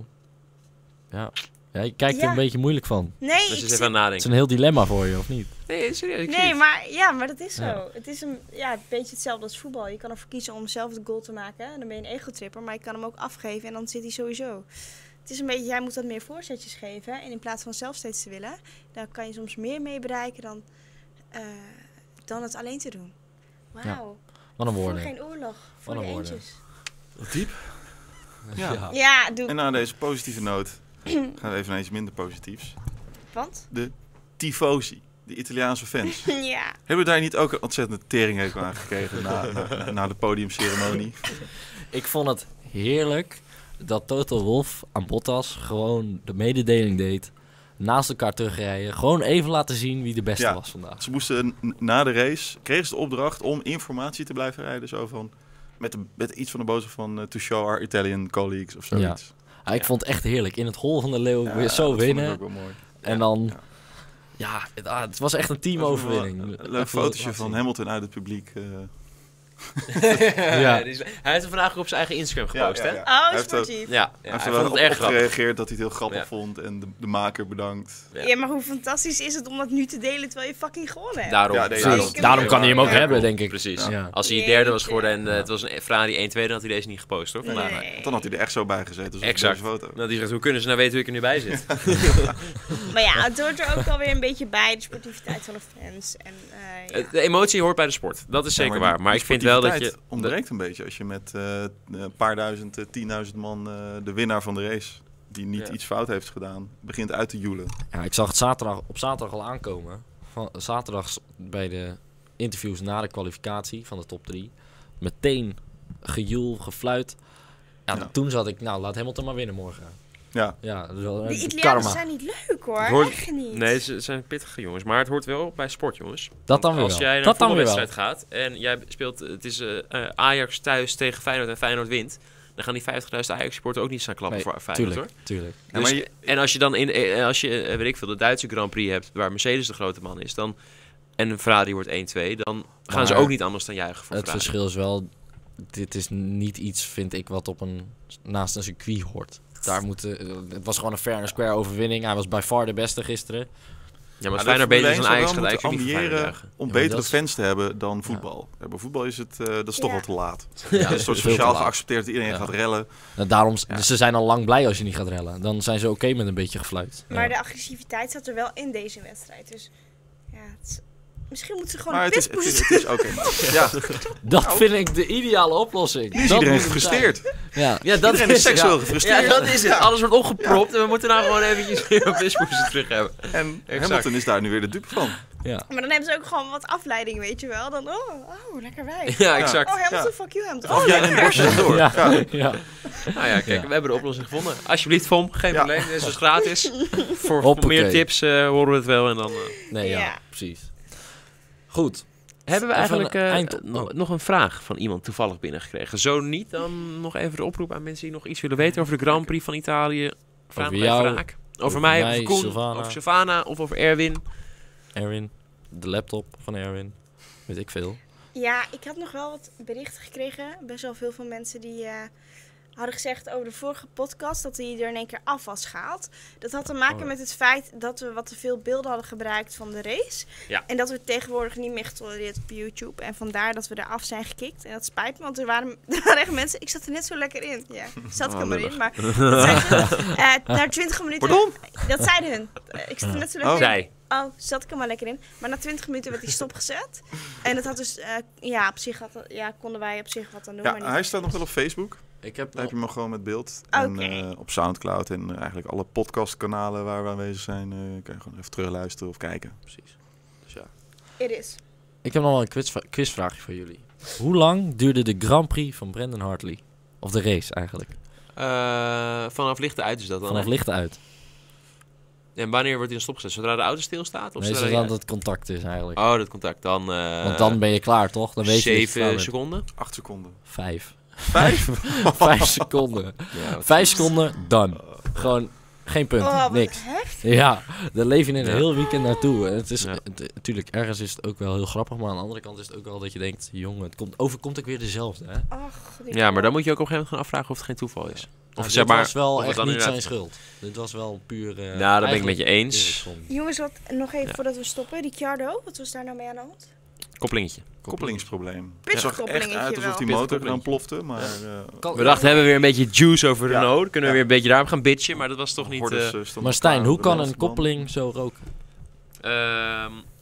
S4: Ja. Ja, je kijkt er
S3: Ja.
S4: een beetje moeilijk van.
S3: Nee,
S1: Dus
S3: ik
S1: eens
S3: zit-
S1: even aan het
S4: Het is
S1: nadenken.
S4: een heel dilemma voor je, of niet?
S1: Nee, serieus. Ik zie
S3: Nee,
S1: het.
S3: maar, ja, maar dat is zo.
S4: Ja.
S3: Het is een, ja, een beetje hetzelfde als voetbal. Je kan ervoor kiezen om zelf de goal te maken. En dan ben je een ego-tripper. Maar je kan hem ook afgeven en dan zit hij sowieso. Het is een beetje, jij moet wat meer voorzetjes geven. En in plaats van zelf steeds te willen, dan kan je soms meer mee bereiken dan, eh, dan het alleen te doen. Wauw.
S4: Wat een
S3: Voer
S4: woorden.
S3: geen oorlog. Voor
S4: Wat
S3: de
S4: een woorden.
S3: eentjes.
S2: Diep. Ja.
S4: Ja.
S3: Ja, doe.
S2: En na deze positieve noot gaan we even naar iets minder positiefs.
S3: Want?
S2: De tifosi, de Italiaanse fans.
S3: Ja.
S2: Hebben we daar niet ook een ontzettende teringhekel aan gekregen na, na, na de podiumceremonie?
S4: Ik vond het heerlijk dat Toto Wolff aan Bottas gewoon de mededeling deed. Naast elkaar terugrijden. Gewoon even laten zien wie de beste
S2: Ja.
S4: was vandaag.
S2: Ze moesten n- na de race, kregen ze de opdracht om informatie te blijven rijden. Zo van, met, de, met iets van de boze van uh, to show our Italian colleagues of zoiets.
S4: Ja, ik vond het echt heerlijk. In het hol van de leeuw
S2: Ja,
S4: weer zo
S2: dat vond ik
S4: winnen.
S2: ook wel mooi.
S4: En dan...
S2: Ja.
S4: Ja, het, ah, het was echt een
S2: Dat was
S4: teamoverwinning.
S2: wel Een
S4: Even
S2: leuk fotootje
S4: laten
S2: van
S4: zien.
S2: Hamilton uit het publiek. Uh,
S1: Ja. Dus hij heeft er vandaag ook op zijn eigen Instagram gepost, hè? Ja,
S3: Oh,
S2: Hij heeft
S3: sportief.
S1: ja,
S2: Hij heeft
S1: hij
S2: er wel
S1: vond
S2: op,
S1: het
S2: op
S1: erg grappig.
S2: gereageerd dat hij het heel grappig
S1: Ja.
S2: vond. En de, de maker bedankt.
S1: Ja.
S3: Ja, maar hoe fantastisch is het om dat nu te delen terwijl je fucking gewonnen hebt?
S1: Daarom,
S2: Ja, nee,
S1: daarom,
S2: precies.
S4: Daarom kan hij hem ook
S2: Ja,
S4: hebben, denk ik.
S1: Precies.
S4: Ja.
S1: Als hij
S3: Jeetje.
S1: derde was geworden en uh, het was een Ferrari één twee, dan had hij deze niet gepost, hoor. Vandaag.
S3: Nee.
S2: Want dan had hij er echt zo bij gezeten. Dus
S1: Exact.
S2: Deze foto.
S1: Nou, die zegt, hoe kunnen ze nou weten hoe ik er nu bij zit?
S3: Maar ja, het hoort er ook wel weer een beetje bij, de sportiviteit van de fans. En, eh, ja.
S1: Uh, De emotie hoort bij de sport, dat is zeker
S2: Ja,
S1: waar.
S2: die-
S1: Maar
S2: die
S1: ik vind wel dat je...
S2: sportiviteit ontbreekt een beetje als je met eh, een paar duizend, uh, tienduizend man uh, de winnaar van de race, die niet
S1: Ja.
S2: iets fout heeft gedaan, begint uit te joelen.
S4: Ja, ik zag het zaterdag, op zaterdag al aankomen. Van, zaterdag s- bij de interviews na de kwalificatie van de top drie. Meteen gejoel, gefluit. Ja,
S2: Ja.
S4: Toen zat ik, nou laat Hamilton maar winnen morgen.
S2: Ja,
S4: Ja, dat is wel
S3: De
S4: een
S3: Italianen
S4: karma.
S3: zijn niet leuk hoor,
S1: Het hoort-
S3: echt niet.
S1: Nee, ze zijn pittige jongens, maar het hoort wel bij sport, jongens.
S4: Dat dan
S1: Want
S4: weer
S1: Als
S4: wel.
S1: jij naar
S4: Dat
S1: een
S4: dan weer wel.
S1: voetbalwedstrijd gaat en jij speelt, het is eh, eh, Ajax thuis tegen Feyenoord en Feyenoord wint, dan gaan die vijftigduizend Ajax-supporters ook niet staan klappen
S4: Nee,
S1: voor Feyenoord,
S4: Tuurlijk,
S1: hoor.
S4: tuurlijk.
S2: Ja,
S1: Dus,
S2: maar je-
S1: En als je dan in, eh, als je, eh, weet ik veel, de Duitse Grand Prix hebt, waar Mercedes de grote man is, dan, en een Ferrari wordt één twee, dan gaan
S4: Maar
S1: ze ook niet anders dan juichen voor
S4: Het
S1: Ferrari.
S4: verschil is wel, dit is niet iets, vind ik, wat op een, naast een circuit hoort. Daar moeten, eh, het was gewoon een fair and square overwinning. Hij was by far de beste gisteren.
S1: Ja, maar
S2: Maar
S1: als
S2: de
S1: Feyenoord beter is
S2: Formule
S1: dan
S2: één
S1: Ajax,
S2: zou
S1: gaat
S2: wel
S1: Ajax
S2: moeten
S1: niet voor Feyenoord
S2: ambiëren
S1: juichen.
S2: om
S4: Ja, maar
S2: betere
S4: dat is-
S2: fans te hebben dan voetbal. Ja, bij voetbal is het, uh, dat is toch
S3: Ja.
S2: wel te laat.
S4: Ja,
S2: Het is
S4: veel
S2: sociaal
S4: te laat.
S2: geaccepteerd dat iedereen
S4: Ja.
S2: gaat rellen.
S4: En daarom,
S2: Ja.
S4: dus ze zijn al lang blij als je niet gaat rellen. Dan zijn ze oké met een beetje gefluit.
S3: Maar
S4: Ja.
S3: de agressiviteit zat er wel in deze wedstrijd. Dus ja, het is- misschien moeten ze gewoon
S2: Maar
S3: een
S2: het is, het
S3: pispoes
S2: is, het is oké. Ja,
S4: Dat vind ik de ideale oplossing.
S2: nu is
S4: Dat
S2: iedereen
S4: moet het
S2: gefrustreerd.
S4: zijn. Ja.
S1: Ja, dat
S2: Iedereen is seksueel
S1: ja.
S2: gefrustreerd.
S1: Ja, dat is het. Alles wordt opgepropt en we moeten nou gewoon eventjes weer op dispoesen terug hebben.
S2: En
S1: Exact.
S2: Hamilton is daar nu weer de dupe van.
S4: Ja.
S3: Maar dan hebben ze ook gewoon wat afleiding, weet je wel. Dan, oh, oh lekker wij.
S1: Ja, exact.
S3: Oh, Hamilton,
S2: Ja.
S3: fuck you, Hamilton.
S2: Of
S3: Oh,
S2: jij in de bosjes door. Ja.
S4: Ja. Ja.
S1: Nou ja, kijk,
S4: Ja.
S1: we hebben de oplossing gevonden. Alsjeblieft, Vom, geen
S2: Ja.
S1: probleem. Dit is dus gratis. Voor, voor
S4: Hoppakee.
S1: meer tips eh, horen we het wel en dan... eh,
S4: Nee, ja,
S3: Ja.
S4: precies. Goed.
S1: Hebben we
S4: Even
S1: eigenlijk
S4: een
S1: eh,
S4: eind-
S1: nog,
S4: oh.
S1: nog een vraag van iemand toevallig binnengekregen? Zo niet, dan nog even de oproep aan mensen die nog iets willen weten over de Grand Prix van Italië. Vraag
S4: Over
S1: nog even
S4: jou,
S1: raak. Over,
S4: over
S1: mij,
S4: mij,
S1: over Koen,
S4: Sylvana.
S1: over Sylvana of over Erwin.
S4: Erwin. De laptop van Erwin. Weet ik veel.
S3: Ja, ik had nog wel wat berichten gekregen. Best wel veel van mensen die eh, hadden gezegd over de vorige podcast dat die er in één keer af was gehaald. Dat had te maken
S4: Oh ja.
S3: met het feit dat we wat te veel beelden hadden gebruikt van de race.
S1: Ja.
S3: En dat we tegenwoordig niet meer getolereerd op YouTube. En vandaar dat we er af zijn gekikt. En dat spijt me, want er waren, er waren echt mensen... Ik zat er net zo lekker in. Ja, zat ik
S1: Oh,
S3: er maar
S1: lullig.
S3: in. Maar dat zeiden ze, eh, na twintig minuten...
S2: Pardon?
S3: Dat zeiden hun. Eh, Ik zat er net zo lekker
S2: Oh.
S3: in.
S1: Zij.
S3: Oh, zat ik er maar lekker in. Maar na twintig minuten werd hij stopgezet. En dat had dus... eh, ja, op zich had, ja, konden wij op zich wat aan doen. maar
S2: Ja,
S3: niet.
S2: hij staat nog wel op Facebook.
S4: Ik heb
S2: Daar heb je hem gewoon met beeld.
S3: Oké.
S2: En eh, op Soundcloud en eh, eigenlijk alle podcastkanalen waar we aanwezig zijn, eh, kan je gewoon even terugluisteren of kijken.
S4: Precies. Dus ja.
S3: It is.
S4: Ik heb nog wel een quizvra- quizvraagje voor jullie. Hoe lang duurde de Grand Prix van Brandon Hartley? Of de race eigenlijk?
S1: Eh, vanaf lichte uit is dat dan.
S4: Vanaf
S1: hè?
S4: licht uit.
S1: En wanneer wordt hij dan stopgezet? Zodra de auto stilstaat? Of
S4: Nee,
S1: zodra
S4: zodat
S1: hij-
S4: het contact is eigenlijk.
S1: Oh, dat contact. Dan, eh
S4: Want dan ben je klaar, toch? Dan weet je dat je klaar
S1: zeven
S4: bent.
S1: seconden.
S2: Acht seconden.
S4: Vijf.
S2: Vijf?
S4: Vijf seconden.
S1: Ja, wat-
S4: Vijf seconden, done. Gewoon geen punt,
S3: Oh, wat
S4: niks.
S3: heftig.
S4: Ja, daar leef je in een
S1: Ja.
S4: heel weekend naartoe. En het is
S1: Ja.
S4: het- natuurlijk, ergens is het ook wel heel grappig, maar aan de andere kant is het ook wel dat je denkt, jongen, het komt, overkomt ook weer dezelfde, hè?
S3: Ach, die
S1: Ja, maar dan moet je ook op een gegeven moment gaan afvragen of het geen toeval is. Of
S4: Nou,
S1: zeg
S4: dit
S1: maar,
S4: was wel
S1: of het
S4: echt
S1: dan
S4: niet zijn
S1: inderdaad-
S4: schuld. Dit was wel puur... eh,
S1: Nou, dat ben ik met je
S4: eigenlijk
S1: eens.
S4: Ericsson.
S3: Jongens, wat, nog even
S1: Ja.
S3: voordat we stoppen. Ricciardo, wat was daar nou mee aan de hand?
S1: Koppelingetje.
S2: Koppelingsprobleem. Het zag echt
S3: Pitchkoppelingetje
S2: uit alsof
S3: wel.
S2: die motor
S1: Pitchkoppeling.
S2: dan plofte, maar eh
S4: Kan-
S1: We dachten, hebben we weer een beetje juice over
S2: Ja.
S1: Renault. Kunnen we
S2: Ja.
S1: weer een beetje daarop gaan bitchen, maar dat was toch niet...
S2: Hordes,
S1: eh,
S2: eh, stond
S4: Maar Stijn,
S2: klaar
S4: hoe
S2: op de
S4: kan
S2: laatste
S4: een
S2: band.
S4: koppeling zo roken?
S1: ehm,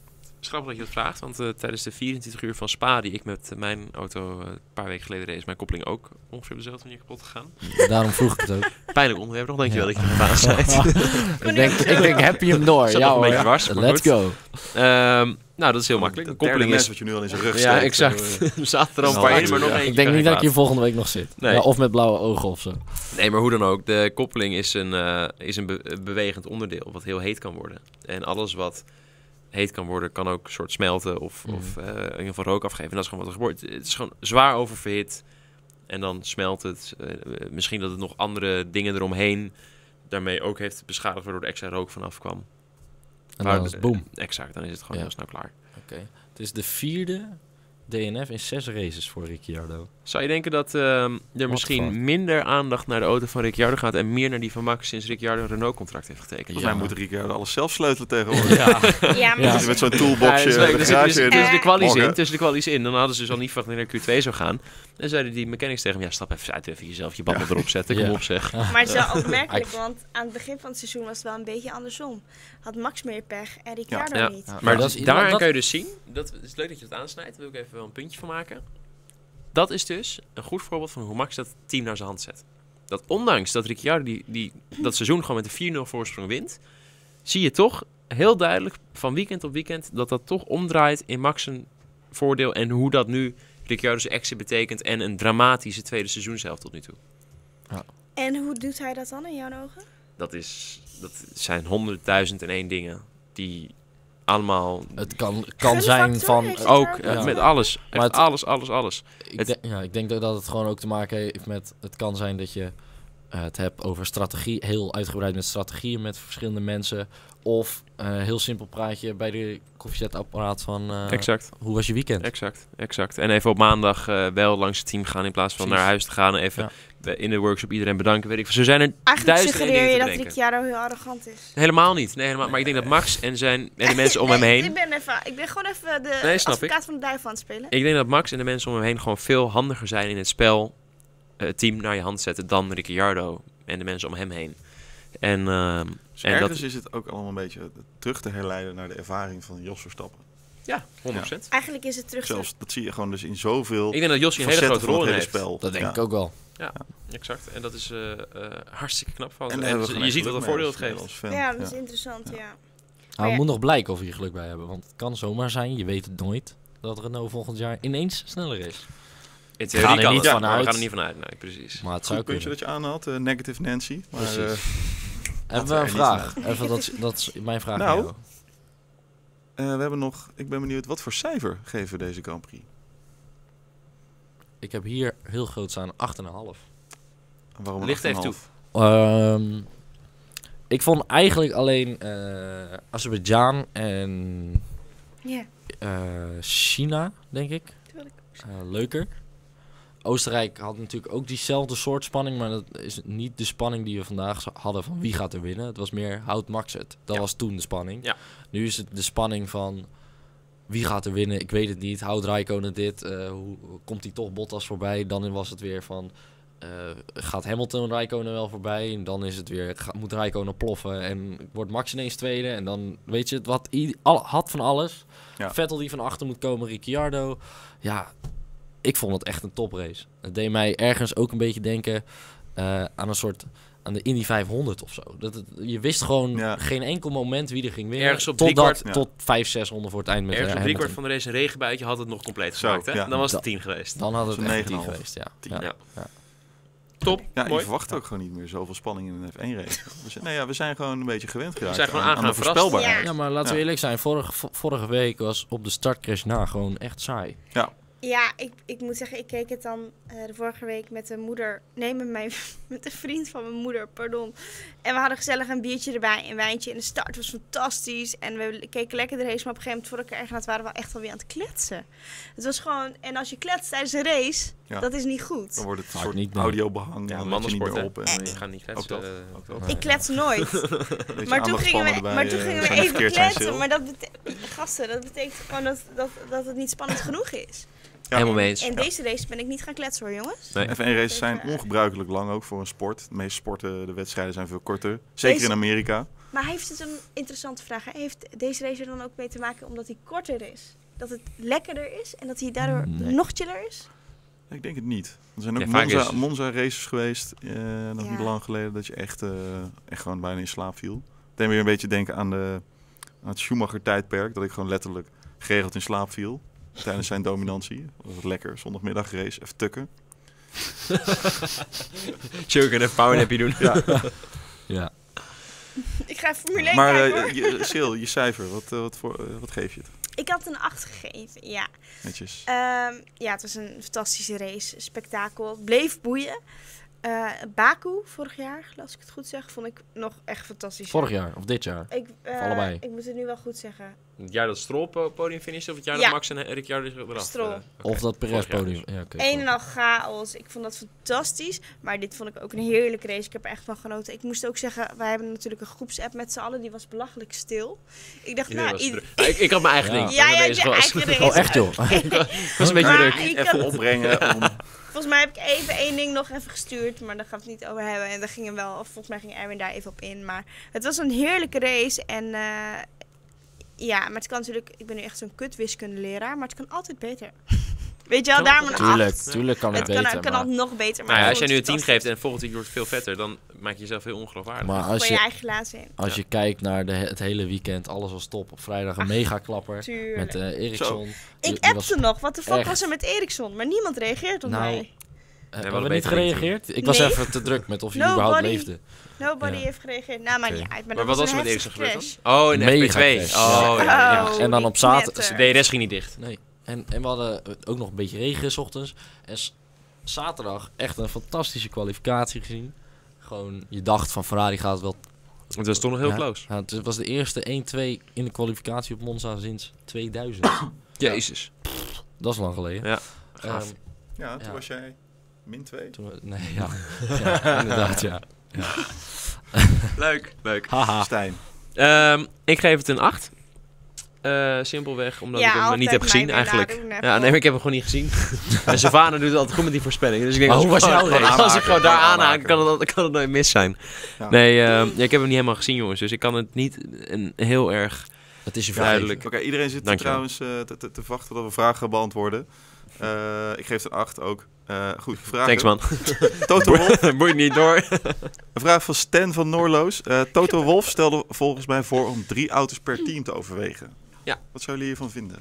S1: is grappig dat je dat vraagt, want uh, tijdens de vierentwintig uur van Spa die ik met uh, mijn auto uh, een paar weken geleden reed, is mijn koppeling ook ongeveer op dezelfde manier kapot gegaan.
S4: Daarom vroeg ik het ook.
S1: Pijnlijk onderwerp nog, dankjewel
S4: Ja.
S1: dat je me aansnijdt.
S4: ik, denk, ik denk, heb je hem door?
S1: Zat
S4: Ja,
S1: nog een
S4: hoor.
S1: beetje dwars, maar
S4: Let's
S1: goed.
S4: go.
S1: Um, nou, dat is heel makkelijk. De
S2: De derde
S1: koppeling
S2: mes
S1: is...
S2: wat je nu al in zijn rug
S1: Ja,
S2: steekt.
S1: exact.
S2: Uh,
S1: Er zaten er al een
S2: Nou,
S1: paar in, maar nog
S2: ja.
S1: eentje.
S4: Ik denk
S1: kan
S4: niet
S1: geen
S4: dat je
S1: kwaad.
S4: volgende week nog zit.
S1: Nee.
S4: Ja, of met blauwe ogen of zo.
S1: Nee, maar hoe dan ook. De koppeling is een, uh, is een be- bewegend onderdeel wat heel heet kan worden. En alles wat heet kan worden, kan ook een soort smelten of,
S4: Mhm.
S1: of uh, in ieder geval rook afgeven. En dat is gewoon wat er gebeurt. Het is gewoon zwaar oververhit en dan smelt het. Uh, misschien dat het nog andere dingen eromheen daarmee ook heeft beschadigd, waardoor er extra rook vanaf kwam.
S4: En
S1: Maar,
S4: dan is het boom.
S1: uh, exact, dan is het gewoon
S4: Ja.
S1: heel snel klaar.
S4: Oké. Het is de vierde D N F in zes races voor Ricciardo.
S1: Zou je denken dat uh, er
S4: the
S1: misschien
S4: fuck?
S1: minder aandacht naar de auto van Ricciardo gaat en meer naar die van Max sinds Ricciardo een Renault-contract heeft getekend?
S2: Volgens mij
S4: Ja.
S2: moet Ricciardo alles zelf sleutelen tegenwoordig.
S4: Ja.
S3: Ja, maar
S4: Ja.
S3: dus-
S2: Met zo'n
S1: Ja,
S2: toolboxje
S1: dat is leuk.
S2: de
S1: Dus, dus,
S2: garage in.
S1: tussen de kwalies in,
S2: Morgen.
S1: tussen de kwalies in, dan hadden ze dus al niet verwacht dat naar Q twee zou gaan. En zeiden die mechanics tegen hem, ja, stap even uit, even jezelf je banden erop zetten, kom
S4: Ja.
S1: op zeg.
S3: Maar het is wel opmerkelijk, want aan het begin van het seizoen was het wel een beetje andersom. Had Max meer pech en Ricciardo
S1: Ja.
S3: niet.
S4: Ja.
S1: Maar
S4: dat is-
S1: daaraan
S4: dat-
S1: kan je dus zien, dat is leuk dat je het aansnijdt, daar wil ik even wel een puntje van maken. Dat is dus een goed voorbeeld van hoe Max dat team naar zijn hand zet. Dat ondanks dat Ricciardo die, die, dat seizoen gewoon met een vier nul voorsprong wint, zie je toch heel duidelijk van weekend op weekend dat dat toch omdraait in Max zijn voordeel en hoe dat nu Ricciardo's exit betekent en een dramatische tweede seizoenshelft tot nu toe.
S3: En hoe doet hij dat dan in jouw ogen?
S1: Dat, is, dat zijn honderdduizend en één dingen die allemaal
S4: Het kan, kan
S3: Gunfactor
S4: zijn van...
S3: heeft het
S1: ook
S3: daar
S1: eh,
S4: Ja.
S1: met alles,
S4: Maar
S1: echt
S4: het-
S1: alles, alles, alles.
S4: Ik,
S1: Het-
S4: denk- ja, ik denk dat dat het gewoon ook te maken heeft met... Het kan zijn dat je eh, het hebt over strategie, heel uitgebreid met strategieën met verschillende mensen. Of eh heel simpel praatje bij de koffiezetapparaat van... eh,
S1: Exact.
S4: hoe was je weekend?
S1: Exact, exact. En even op maandag eh, wel langs het team gaan in plaats van
S4: Precies.
S1: naar huis te gaan en even
S4: Ja.
S1: eh, in de workshop iedereen bedanken. Weet ik. veel. Zo zijn er
S3: Eigenlijk
S1: duizenden
S3: suggereer je
S1: dingen
S3: dat
S1: te bedenken.
S3: Ricciardo heel arrogant is.
S1: Helemaal niet. Nee, helemaal. Maar ik denk dat Max en, zijn, en de mensen om hem
S3: Nee,
S1: heen...
S3: Ik ben, even, ik ben gewoon even de
S1: Nee, snap
S3: advocaat van de duivel aan het spelen.
S1: Ik denk dat Max en de mensen om hem heen gewoon veel handiger zijn in het spel eh, het team naar je hand zetten dan Ricciardo en de mensen om hem heen. En, ehm,
S2: Dus
S1: en
S2: ergens
S1: dat,
S2: is het ook allemaal een beetje terug te herleiden naar de ervaring van Jos Verstappen.
S1: ja, honderd procent.
S3: Eigenlijk is het terug te...
S2: Zelfs, dat zie je gewoon dus in zoveel
S1: Ik denk dat Josje een hele
S2: facetten
S1: grote
S2: van
S1: rol
S2: het
S1: in
S2: hele
S1: heeft.
S2: spel.
S4: Dat denk
S2: Ja.
S4: ik ook wel.
S1: Exact. En dat is eh, eh, hartstikke knap van.
S2: En
S1: En
S2: daar hebben we
S1: je
S2: gewoon
S1: ziet
S2: echt
S1: wat een
S2: geluk
S1: voordeel
S2: mee
S1: het
S2: als-
S1: geeft.
S2: als fan.
S3: Ja, dat is
S2: Ja.
S3: interessant, ja.
S4: Nou,
S3: Maar
S4: het
S3: ja.
S4: moet nog blijken of je er geluk bij hebben. Want het kan zomaar zijn, je weet het nooit, dat Renault volgend jaar ineens sneller is.
S1: In
S4: ga
S1: theorie
S4: er
S1: kan
S4: niet
S1: het,
S4: van
S1: maar we
S4: uit.
S1: gaan er niet van uit. Nee, precies.
S4: Maar het zou
S2: Goed puntje
S4: kunnen.
S2: dat je aanhaalt, uh, Negative Nancy. Maar,
S4: Precies.
S2: uh,
S4: Hebben we
S2: er
S4: een
S2: niet
S4: vraag? Even, dat, is- dat is mijn vraag
S2: Nou,
S4: aan jou.
S2: uh, we hebben nog, ik ben benieuwd, wat voor cijfer geven we deze Grand Prix?
S4: Ik heb hier heel groot staan, acht komma vijf.
S2: En waarom een
S1: Licht even
S2: acht komma vijf?
S4: Ehm ik vond eigenlijk alleen eh Azerbeidzjan en
S3: Ja,
S4: eh, China, denk ik,
S3: tuurlijk.
S4: eh, leuker. Oostenrijk had natuurlijk ook diezelfde soort spanning, maar dat is niet de spanning die we vandaag zo- hadden van wie gaat er winnen. Het was meer, houdt Max het? Dat
S1: Ja.
S4: was toen de spanning.
S1: Ja.
S4: Nu is het de spanning van, wie gaat er winnen? Ik weet het niet. Houdt Räikkönen dit? Eh, hoe komt hij toch Bottas voorbij? Dan was het weer van, eh, gaat Hamilton Räikkönen wel voorbij? En dan is het weer, ga, moet Räikkönen ploffen en wordt Max ineens tweede? En dan weet je het, wat i- al, had van alles.
S2: Ja.
S4: Vettel die van achter moet komen, Ricciardo. Ja, ik vond het echt een toprace. Het deed mij ergens ook een beetje denken eh, aan een soort, aan de Indy vijfhonderd of zo. Dat het, je wist gewoon
S2: Ja.
S4: geen enkel moment wie er ging winnen.
S1: Ergens op
S4: totdat,
S1: driekwart-
S2: ja.
S4: tot vijf, zes ronden voor het eind met
S1: Ergens
S4: eh,
S1: op driekwart
S4: Hamilton.
S1: van de race een regenbuitje had het nog compleet
S2: Zo,
S1: gemaakt. Hè?
S2: ja.
S1: Dan was het
S4: Dat-
S1: tien geweest.
S4: Dan had het
S2: Zo'n
S4: echt
S2: negen
S4: tien
S2: komma vijf.
S4: geweest, ja.
S1: Ja.
S4: ja.
S1: Ja. Top,
S2: Ja, je
S1: mooi.
S2: verwacht ook gewoon niet meer zoveel spanning in een F één race. We zijn, nou ja, we zijn gewoon een beetje gewend geraakt
S1: zijn gewoon
S2: aan, aan
S1: aangenaam
S2: de
S1: verrast.
S2: voorspelbaarheid.
S3: Ja.
S4: Ja, maar laten we
S2: Ja.
S4: eerlijk zijn. Vorige, vo- vorige week was op de startcrash na gewoon echt saai.
S3: Ja, ik, ik moet zeggen, ik keek het dan eh, de vorige week met de moeder. Nee, met, mijn, met de vriend van mijn moeder, pardon. En we hadden gezellig een biertje erbij, een wijntje. En de start was fantastisch. En we keken lekker de race. Maar op een gegeven moment, voordat ik ergens waren we echt alweer aan het kletsen. Het was gewoon, en als je kletst tijdens een race,
S2: Ja.
S3: dat is niet goed.
S2: Dan wordt het een
S4: Vaak
S2: soort
S4: niet, nee.
S2: audiobehang.
S1: Ja,
S2: dan let je niet
S1: mannensport,
S2: meer
S1: hè?
S2: op. En,
S1: Je
S2: eh,
S1: gaat niet
S2: ook
S1: kletsen.
S2: dat,
S1: eh,
S2: ook dat.
S4: Nee.
S3: Ik klets nooit.
S2: een beetje
S3: Maar toen gingen
S2: aandachtspannen
S3: we,
S2: erbij,
S3: maar toen
S2: eh,
S3: gingen we
S2: zijn niet
S3: even
S2: verkeerd zijn,
S3: kletsen.
S2: Sil.
S3: Maar dat betekent, gasten, dat betekent gewoon dat, dat, dat het niet spannend genoeg is.
S2: Ja.
S1: Helemaal mee eens.
S3: En
S1: Ja.
S3: deze race ben ik niet gaan kletsen hoor, jongens.
S1: Nee.
S2: F één races zijn
S3: Even-
S2: ongebruikelijk lang ook voor een sport. De meeste sporten, de wedstrijden zijn veel korter. Zeker
S3: Deze-
S2: in Amerika.
S3: Maar heeft het een interessante vraag? Hè? Heeft deze race er dan ook mee te maken omdat hij korter is? Dat het lekkerder is en dat hij daardoor
S4: Nee.
S3: nog chiller is?
S2: Ik denk het niet. Er zijn ook
S1: Ja, vaak
S2: Monza,
S1: is-
S2: Monza races geweest, eh, nog
S3: Ja.
S2: niet lang geleden, dat je echt, uh, echt gewoon bijna in slaap viel. Ik denk weer een beetje denken aan, de, aan het Schumacher-tijdperk, dat ik gewoon letterlijk geregeld in slaap viel tijdens zijn dominantie. Dat was lekker, zondagmiddag race, even tukken.
S1: Chuck en een powernapje doen.
S2: Ja.
S4: Ja.
S3: Ik ga Formule één
S2: Maar
S3: kijken,
S2: uh,
S3: hoor.
S2: je, Sil, je cijfer, wat, uh, wat, voor, uh, wat geef je het?
S3: Ik had een acht gegeven, ja.
S2: Netjes.
S3: Ehm, ja, het was een fantastische race. Spektakel. Het bleef boeien. Uh, Baku, vorig jaar, als ik het goed zeg, vond ik nog echt fantastisch.
S4: Vorig jaar of dit jaar?
S3: Ik, uh,
S4: Of allebei?
S3: Ik moet het nu wel goed zeggen.
S1: Het jaar dat Stroll po- podium finishte of het jaar
S3: Ja.
S1: dat Max en Erik Jardy eraf?
S3: Stroll.
S1: eh, oké.
S4: Of dat Perez
S1: Vorig jaar
S4: podium?
S1: dus.
S4: Ja, oké.
S3: Een en al chaos. Ik vond dat fantastisch. Maar dit vond ik ook een heerlijke race. Ik heb er echt van genoten. Ik moest ook zeggen, wij hebben natuurlijk een groepsapp met z'n allen. Die was belachelijk stil. Ik dacht,
S1: Iedereen
S3: nou...
S1: was
S3: ieder-
S1: druk. Maar ik, ik had mijn eigen
S4: Ja.
S1: ding.
S3: Ja,
S1: waar ik
S3: ja,
S1: mee
S3: je
S1: bezig was.
S3: eigen race.
S4: Oh, echt joh?
S1: Ik was een beetje
S3: Maar
S1: druk.
S3: ik
S2: Even
S3: had-
S2: opbrengen. Om...
S3: Volgens mij heb ik even één ding nog even gestuurd, maar daar gaan we het niet over hebben. En daar ging hem wel, of volgens mij ging Erwin daar even op in. Maar het was een heerlijke race. En uh, ja, maar het kan natuurlijk, ik ben nu echt zo'n kut wiskundeleraar, maar het kan altijd beter. Weet je wel,
S1: Kan
S3: daarom een
S1: altijd.
S4: Tuurlijk,
S3: acht.
S4: tuurlijk kan het,
S3: Het kan,
S4: beter.
S3: kan
S4: maar
S3: altijd nog beter. Maar
S1: Nou ja,
S3: ik
S1: als jij
S3: vond
S1: nu een
S3: het
S1: tien geeft
S3: fantastisch.
S1: en volgend week wordt het veel vetter, dan maak je jezelf heel ongeloofwaardig.
S4: maar als
S3: Gooi je
S4: je,
S3: eigen glazen in.
S4: als je kijkt naar de, het hele weekend, alles was top. Op vrijdag een
S3: Ach,
S4: mega klapper
S3: Tuurlijk.
S4: met uh, Ericsson. Die-
S3: ik
S4: die was-
S3: appte nog, wat de fuck
S4: echt-
S3: was er met Ericsson? Maar niemand reageert op
S4: Nou,
S3: mij.
S4: Uh,
S1: we
S4: hebben
S1: hadden
S4: we niet
S1: beter moeten
S4: gereageerd? Ik was
S3: Nee.
S4: even te druk met of je überhaupt
S3: Nobody.
S4: leefde.
S3: Nobody
S4: ja.
S3: heeft gereageerd. Nou, maakt
S4: Oké.
S3: niet uit. Maar,
S1: Maar
S3: dat
S1: wat was er
S3: een
S1: met Ericsson
S3: heftige
S1: gebeurd
S3: crash.
S1: dan? Oh, in de
S4: Mega
S1: F P twee.
S4: crash.
S1: Oh, ja. ja.
S3: Oh,
S4: En dan
S3: die
S4: op zaterdag-
S3: knetter.
S1: De D R S ging niet dicht.
S4: Nee. En, en we hadden ook nog een beetje regen 's ochtends. En s- zaterdag echt een fantastische kwalificatie gezien. Gewoon, je dacht van Ferrari gaat wel...
S1: Het was toch nog heel
S4: Ja.
S1: close.
S4: Ja, het was de eerste één twee in de kwalificatie op Monza sinds tweeduizend.
S1: Jezus.
S4: Dat is lang geleden.
S1: Ja, gaaf.
S4: Ehm,
S2: Ja, toen
S4: Ja.
S2: was jij min twee.
S4: toen we- nee, ja. ja. Inderdaad, ja.
S1: Leuk. Leuk.
S4: Haha.
S2: Stijn.
S1: Ehm, ik geef het een acht. Eh, simpelweg omdat
S3: Ja,
S1: ik hem
S3: altijd
S1: niet heb
S3: mij
S1: gezien
S3: weer
S1: eigenlijk.
S3: nadoen, hè,
S1: Ja,
S3: Paul.
S1: nee, maar ik heb hem gewoon niet gezien. En Savannah doet het altijd goed met die voorspellingen. Dus ik denk,
S4: Maar
S1: als
S4: hoe
S1: ik
S4: was
S1: gewoon-
S4: jouw race?
S1: Als ik gewoon daar
S2: Aanhaken.
S1: aanhaak, kan het, kan het nooit mis zijn.
S2: Ja.
S1: Nee, ehm, ja, ik heb hem niet helemaal gezien, jongens. Dus ik kan het niet een, heel erg...
S4: Het is je
S1: Duidelijk.
S2: Oké, iedereen zit
S1: Dankjewel.
S2: trouwens uh, te, te, te wachten dat we vragen gaan beantwoorden. Uh, ik geef het een acht ook. Uh, goed, vraag.
S1: Thanks, man.
S2: Toto Wolff.
S1: Boeit niet door.
S2: Een vraag van Stan van Noorloos. Uh, Toto Wolff stelde volgens mij voor om drie auto's per team te overwegen.
S1: Ja.
S2: Wat zouden jullie hiervan vinden?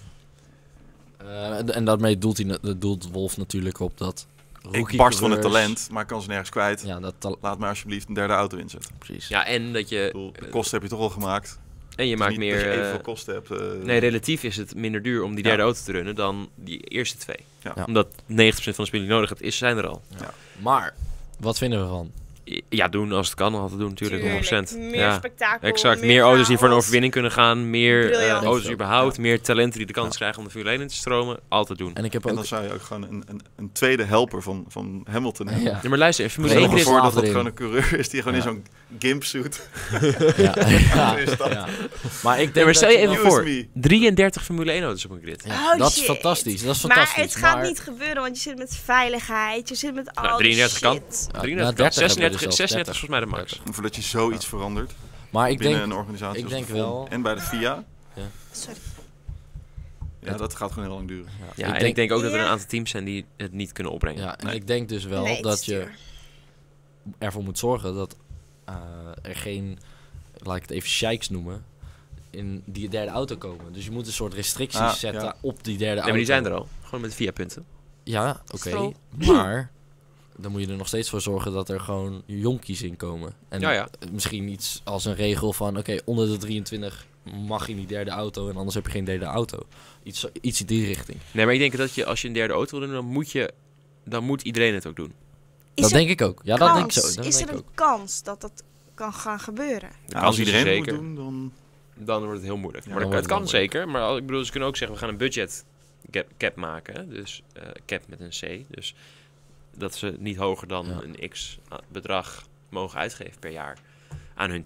S4: Uh, en, en daarmee doelt, hij, na- doelt Wolf natuurlijk op dat...
S2: Ik barst van het
S4: rookie-coureurs-
S2: talent, maar ik kan ze nergens kwijt.
S4: Ja, dat tal-
S2: Laat mij alsjeblieft een derde auto inzetten.
S4: precies.
S1: Ja, en dat
S2: Ik
S1: je...
S2: bedoel, de kosten heb je toch al gemaakt.
S1: En je maakt
S2: Niet
S1: meer...
S2: dat je
S1: eh,
S2: evenveel kosten hebt. Uh,
S1: Nee, relatief is het minder duur om die
S2: Ja.
S1: derde auto te runnen dan die eerste twee.
S2: Ja.
S4: Ja.
S1: Omdat negentig procent van de spullen die je nodig hebt, is, zijn er al.
S4: Maar, wat vinden we van?
S1: Ja, doen als het kan, altijd doen natuurlijk, honderd procent.
S3: Meer
S1: Ja,
S3: spektakel.
S1: exact. Meer auto's die voor een
S3: chaos.
S1: overwinning kunnen gaan, meer eh,
S3: Briljant.
S1: auto's
S4: Ja.
S1: überhaupt,
S2: Ja.
S1: meer talenten die de kans
S2: Ja.
S1: krijgen om de Formule één in te stromen, altijd doen.
S4: En ik heb
S2: en
S4: ook...
S2: dan zou je ook gewoon een, een, een tweede helper van, van Hamilton hebben.
S4: Ja.
S1: Ja, maar luister, in Formule
S2: Stel
S1: één
S2: je
S1: is...
S2: voor dat dat
S4: erin.
S2: gewoon een coureur is die gewoon
S4: Ja.
S2: in zo'n gimpsuit.
S4: Ja, ja,
S2: Is dat?
S4: ja. Maar ik denk
S1: Nee, maar stel je
S4: dat
S1: even
S4: dan-
S1: voor,
S2: Excuse me.
S1: drieëndertig Formule één auto's op een grid.
S4: Ja,
S3: Oh,
S4: dat is
S3: shit.
S4: fantastisch. Dat is
S3: Maar
S4: fantastisch.
S3: het gaat
S4: maar-
S3: niet gebeuren, want je zit met veiligheid, je zit met al
S1: Nou,
S3: die
S1: drieëndertig kan.
S3: shit.
S4: Ja,
S1: drieëndertig
S4: nou,
S1: kan.
S4: dertig hebben we
S1: zesendertig,
S4: dus zelfs,
S1: zesendertig is
S4: dertig.
S1: volgens mij de max.
S2: Voordat je zoiets verandert
S4: Maar ik
S2: binnen
S4: denk...
S2: een organisatie
S4: ik
S2: als
S4: denk
S2: de F I A
S4: wel-
S2: en bij de F I A.
S3: Sorry.
S2: Ja,
S4: Het-
S2: dat gaat gewoon heel lang duren.
S1: Ja,
S4: ik
S1: en
S4: denk,
S1: ik denk ook dat er een
S3: Ja.
S1: aantal teams zijn die het niet kunnen opbrengen.
S4: ja, en
S2: Nee.
S4: ik denk dus wel
S3: Nee, het
S4: dat
S3: is
S4: je
S3: duur.
S4: ervoor moet zorgen dat uh, er geen, laat ik het even sheiks noemen, in die derde auto komen. Dus je moet een soort restricties
S2: Ah,
S4: zetten
S2: ja.
S4: op die derde
S1: Nee,
S4: auto.
S1: maar die zijn er al. Gewoon met vier punten.
S4: Ja, oké.
S3: Stroll.
S4: Maar dan moet je er nog steeds voor zorgen dat er gewoon jonkies in komen. En
S1: Ja, ja.
S4: misschien iets als een regel van, oké, onder de drieëntwintig mag je in die derde auto en anders heb je geen derde auto. Iets, zo- iets in die richting.
S1: Nee, maar ik denk dat je als je een derde auto wil doen, dan moet, je, dan moet iedereen het ook doen.
S3: Is
S4: dat
S3: er
S4: denk ik ook. Ja, dat denk ik
S3: kans?
S4: zo. Dat
S3: Is
S4: denk
S3: er
S4: ik
S3: een
S4: ook.
S3: kans dat dat kan gaan gebeuren?
S1: De
S2: Ja,
S1: kans
S2: als
S1: is er
S2: iedereen het
S1: zeker.
S2: moet doen, dan...
S1: Dan wordt het heel moeilijk.
S2: Ja,
S1: maar
S4: dan
S1: dat-
S4: wordt
S1: het
S4: het
S1: kan
S4: wel
S1: zeker. Maar al- ik bedoel, ze kunnen ook zeggen, we gaan een budget cap, cap maken. Hè? Dus eh, cap met een C. Dus dat ze niet hoger dan
S4: Ja.
S1: een x bedrag mogen uitgeven per jaar aan hun team.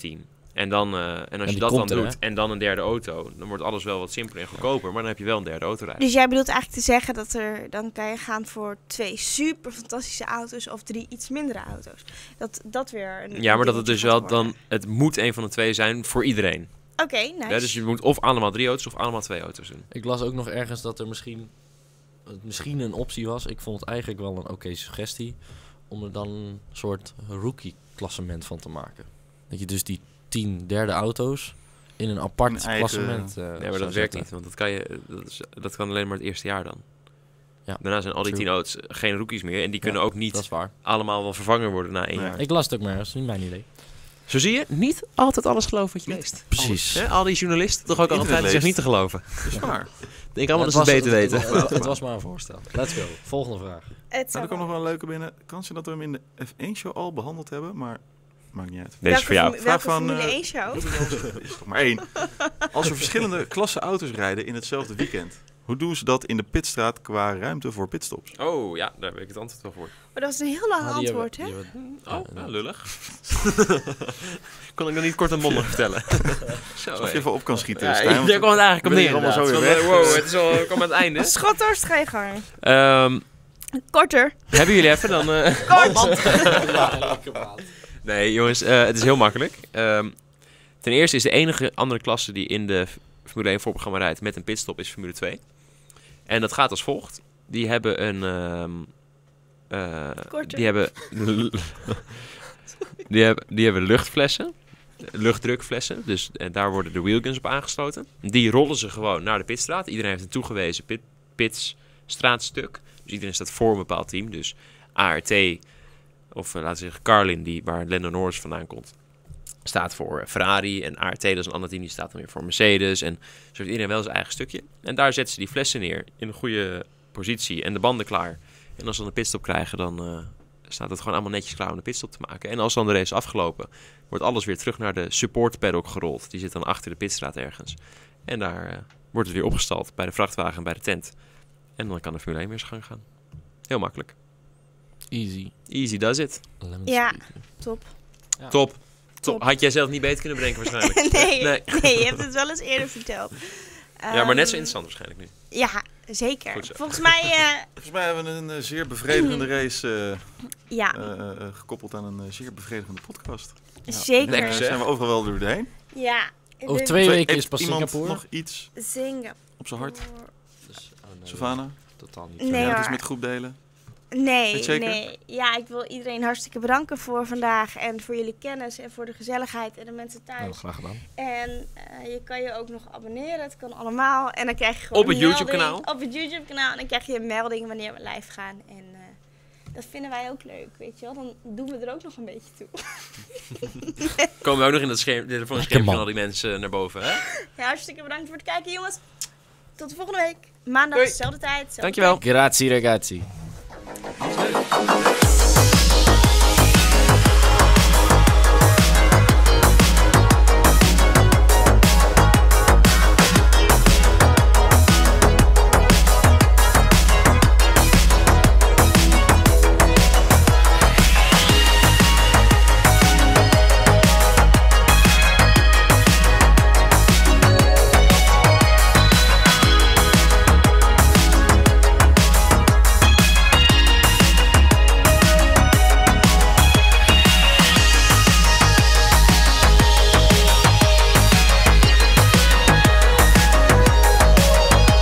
S1: En, dan, uh, en als
S4: die
S1: je dat dan
S4: komt er,
S1: doet
S4: hè?
S1: en dan een derde auto, dan wordt alles wel wat simpeler en goedkoper, maar dan heb je wel een derde autorijden.
S3: Dus jij bedoelt eigenlijk te zeggen dat er, dan kan je gaan voor twee super fantastische auto's of drie iets mindere auto's. Dat dat weer een
S1: Ja, maar dat het
S3: dingetje
S1: dus
S3: gaat
S1: wel
S3: worden.
S1: dan, het moet een van de twee zijn voor iedereen.
S3: Oké, okay, nice.
S1: Ja, dus je moet of allemaal drie auto's of allemaal twee auto's doen.
S4: Ik las ook nog ergens dat er misschien, het misschien een optie was. Ik vond het eigenlijk wel een oké suggestie. Om er dan een soort rookie-klassement van te maken. Dat je dus die tien derde auto's in een apart
S2: Een eigen-
S4: klassement uh,
S1: Nee, maar
S4: zou
S1: dat werkt
S4: zetten.
S1: niet, want dat kan, je, dat, is, dat kan alleen maar het eerste jaar dan.
S4: Ja,
S1: Daarna zijn al die
S4: true.
S1: tien auto's geen rookies meer en die kunnen
S4: Ja,
S1: ook niet
S4: Dat is waar.
S1: allemaal wel vervangen worden na één
S2: Nee.
S1: jaar.
S4: Ik las het ook maar, dat is niet mijn idee.
S1: Zo zie je, niet altijd alles geloven wat je
S2: Niet
S1: leest.
S4: Precies.
S1: Hè, al die journalisten toch ook
S2: Internet
S1: altijd zich
S2: leest.
S1: niet te geloven.
S2: Dat is waar.
S1: Denk allemaal
S4: Het
S1: dat ze het
S4: was-
S1: beter
S4: het-
S1: weten.
S4: Het, het was maar een voorstel. Let's go. Volgende vraag.
S3: Het
S2: Nou,
S3: zou
S2: er komt nog
S3: wel-
S2: wel een leuke binnen. Kans je dat we hem in de F één show al behandeld hebben, maar maakt niet uit.
S1: Deze is voor jou.
S3: Welke
S2: Vraag van,
S3: Formule
S2: eh,
S3: één show?
S2: Er is toch maar één. Als er verschillende klasse auto's rijden in hetzelfde weekend, hoe doen ze dat in de pitstraat qua ruimte voor pitstops?
S1: Oh ja, daar heb ik het antwoord wel voor.
S3: Maar dat was een heel lang
S4: Ah, die
S3: antwoord,
S4: hebben-
S3: hè?
S4: die hebben-
S1: Oh,
S4: ja,
S1: nou, lullig. Kon ik dan niet kort en bondig vertellen? Zo,
S2: Alsof je
S1: hé.
S2: even op kan schieten.
S1: Ja,
S2: Stijn, want
S1: daar kwam het eigenlijk op
S2: ben
S1: neer.
S2: hier allemaal zo
S1: inderdaad.
S2: weer
S1: Van,
S2: weg.
S1: eh, wow, het is al, kom aan het einde.
S3: Schotters, ga je gang.
S1: Ehm,
S3: Korter.
S1: hebben jullie even dan... eh,
S3: Kort.
S1: Nee, jongens, eh, het is heel makkelijk. Ehm, ten eerste is de enige andere klasse die in de Formule één voorprogramma rijdt met een pitstop is Formule twee. En dat gaat als volgt. Die hebben een... ehm, eh,
S3: Korter.
S1: die hebben... die, hebben die hebben luchtflessen. Luchtdrukflessen. Dus en daar worden de wheelguns op aangesloten. Die rollen ze gewoon naar de pitstraat. Iedereen heeft een toegewezen pit, pitsstraatstuk. Dus iedereen staat voor een bepaald team. Dus A R T... Of uh, laten we zeggen Carlin, die, waar Lando Norris vandaan komt, staat voor uh, Ferrari. En A R T, dat is een ander team, die staat dan weer voor Mercedes. En zo heeft iedereen wel zijn eigen stukje. En daar zetten ze die flessen neer in een goede positie en de banden klaar. En als ze dan een pitstop krijgen, dan uh, staat het gewoon allemaal netjes klaar om de pitstop te maken. En als dan de race is afgelopen, wordt alles weer terug naar de support paddock gerold. Die zit dan achter de pitstraat ergens. En daar uh, wordt het weer opgestald bij de vrachtwagen en bij de tent. En dan kan de Formule één weer zijn gang gaan. Heel makkelijk.
S4: Easy.
S1: Easy does it.
S4: Lemon
S3: Ja.
S4: squeezy.
S3: Top.
S4: Ja.
S1: Top. Top.
S3: Top.
S1: Had jij zelf niet beter kunnen bedenken waarschijnlijk.
S3: nee,
S1: Nee.
S3: nee. je hebt het wel eens eerder verteld.
S1: Ja, maar net zo
S3: Ehm,
S1: interessant waarschijnlijk nu.
S3: Ja, zeker.
S1: Goed zo.
S3: Volgens mij, eh,
S2: Volgens mij hebben we een eh, zeer bevredigende race
S3: ja,
S2: eh, eh, eh, gekoppeld aan een eh, zeer bevredigende podcast.
S3: zeker.
S1: lekker,
S2: Daar
S1: zeg.
S2: zijn we overal wel doorheen.
S3: Ja.
S4: Over
S3: de-
S4: twee weken is
S2: Heeft
S4: pas
S2: iemand
S4: Singapore.
S2: nog iets
S3: Zingen.
S2: op zijn hart?
S4: Dus, oh, nee,
S2: Savannah?
S4: totaal niet.
S3: Nee,
S2: ja, het is
S3: hoor.
S2: met groep delen.
S3: Nee,
S2: Weet je zeker?
S3: nee. Ja, ik wil iedereen hartstikke bedanken voor vandaag. En voor jullie kennis en voor de gezelligheid en de mensen thuis.
S4: Nou, graag gedaan.
S3: En eh, je kan je ook nog abonneren. Het kan allemaal. En dan krijg je gewoon
S1: Op het
S3: een melding.
S1: YouTube-kanaal?
S3: Op het YouTube-kanaal. En dan krijg je een melding wanneer we live gaan. En eh, dat vinden wij ook leuk, weet je wel. Dan doen we er ook nog een beetje toe.
S1: Komen we ook nog in dat scherm, de telefoonschermpje
S4: Lekker, man.
S1: van al die mensen eh, naar boven, hè?
S3: Ja, hartstikke bedankt voor het kijken, jongens. Tot de volgende week. Maandag,
S1: Doei.
S3: dezelfde tijd. dezelfde
S1: Dankjewel.
S4: Grazie ragazzi.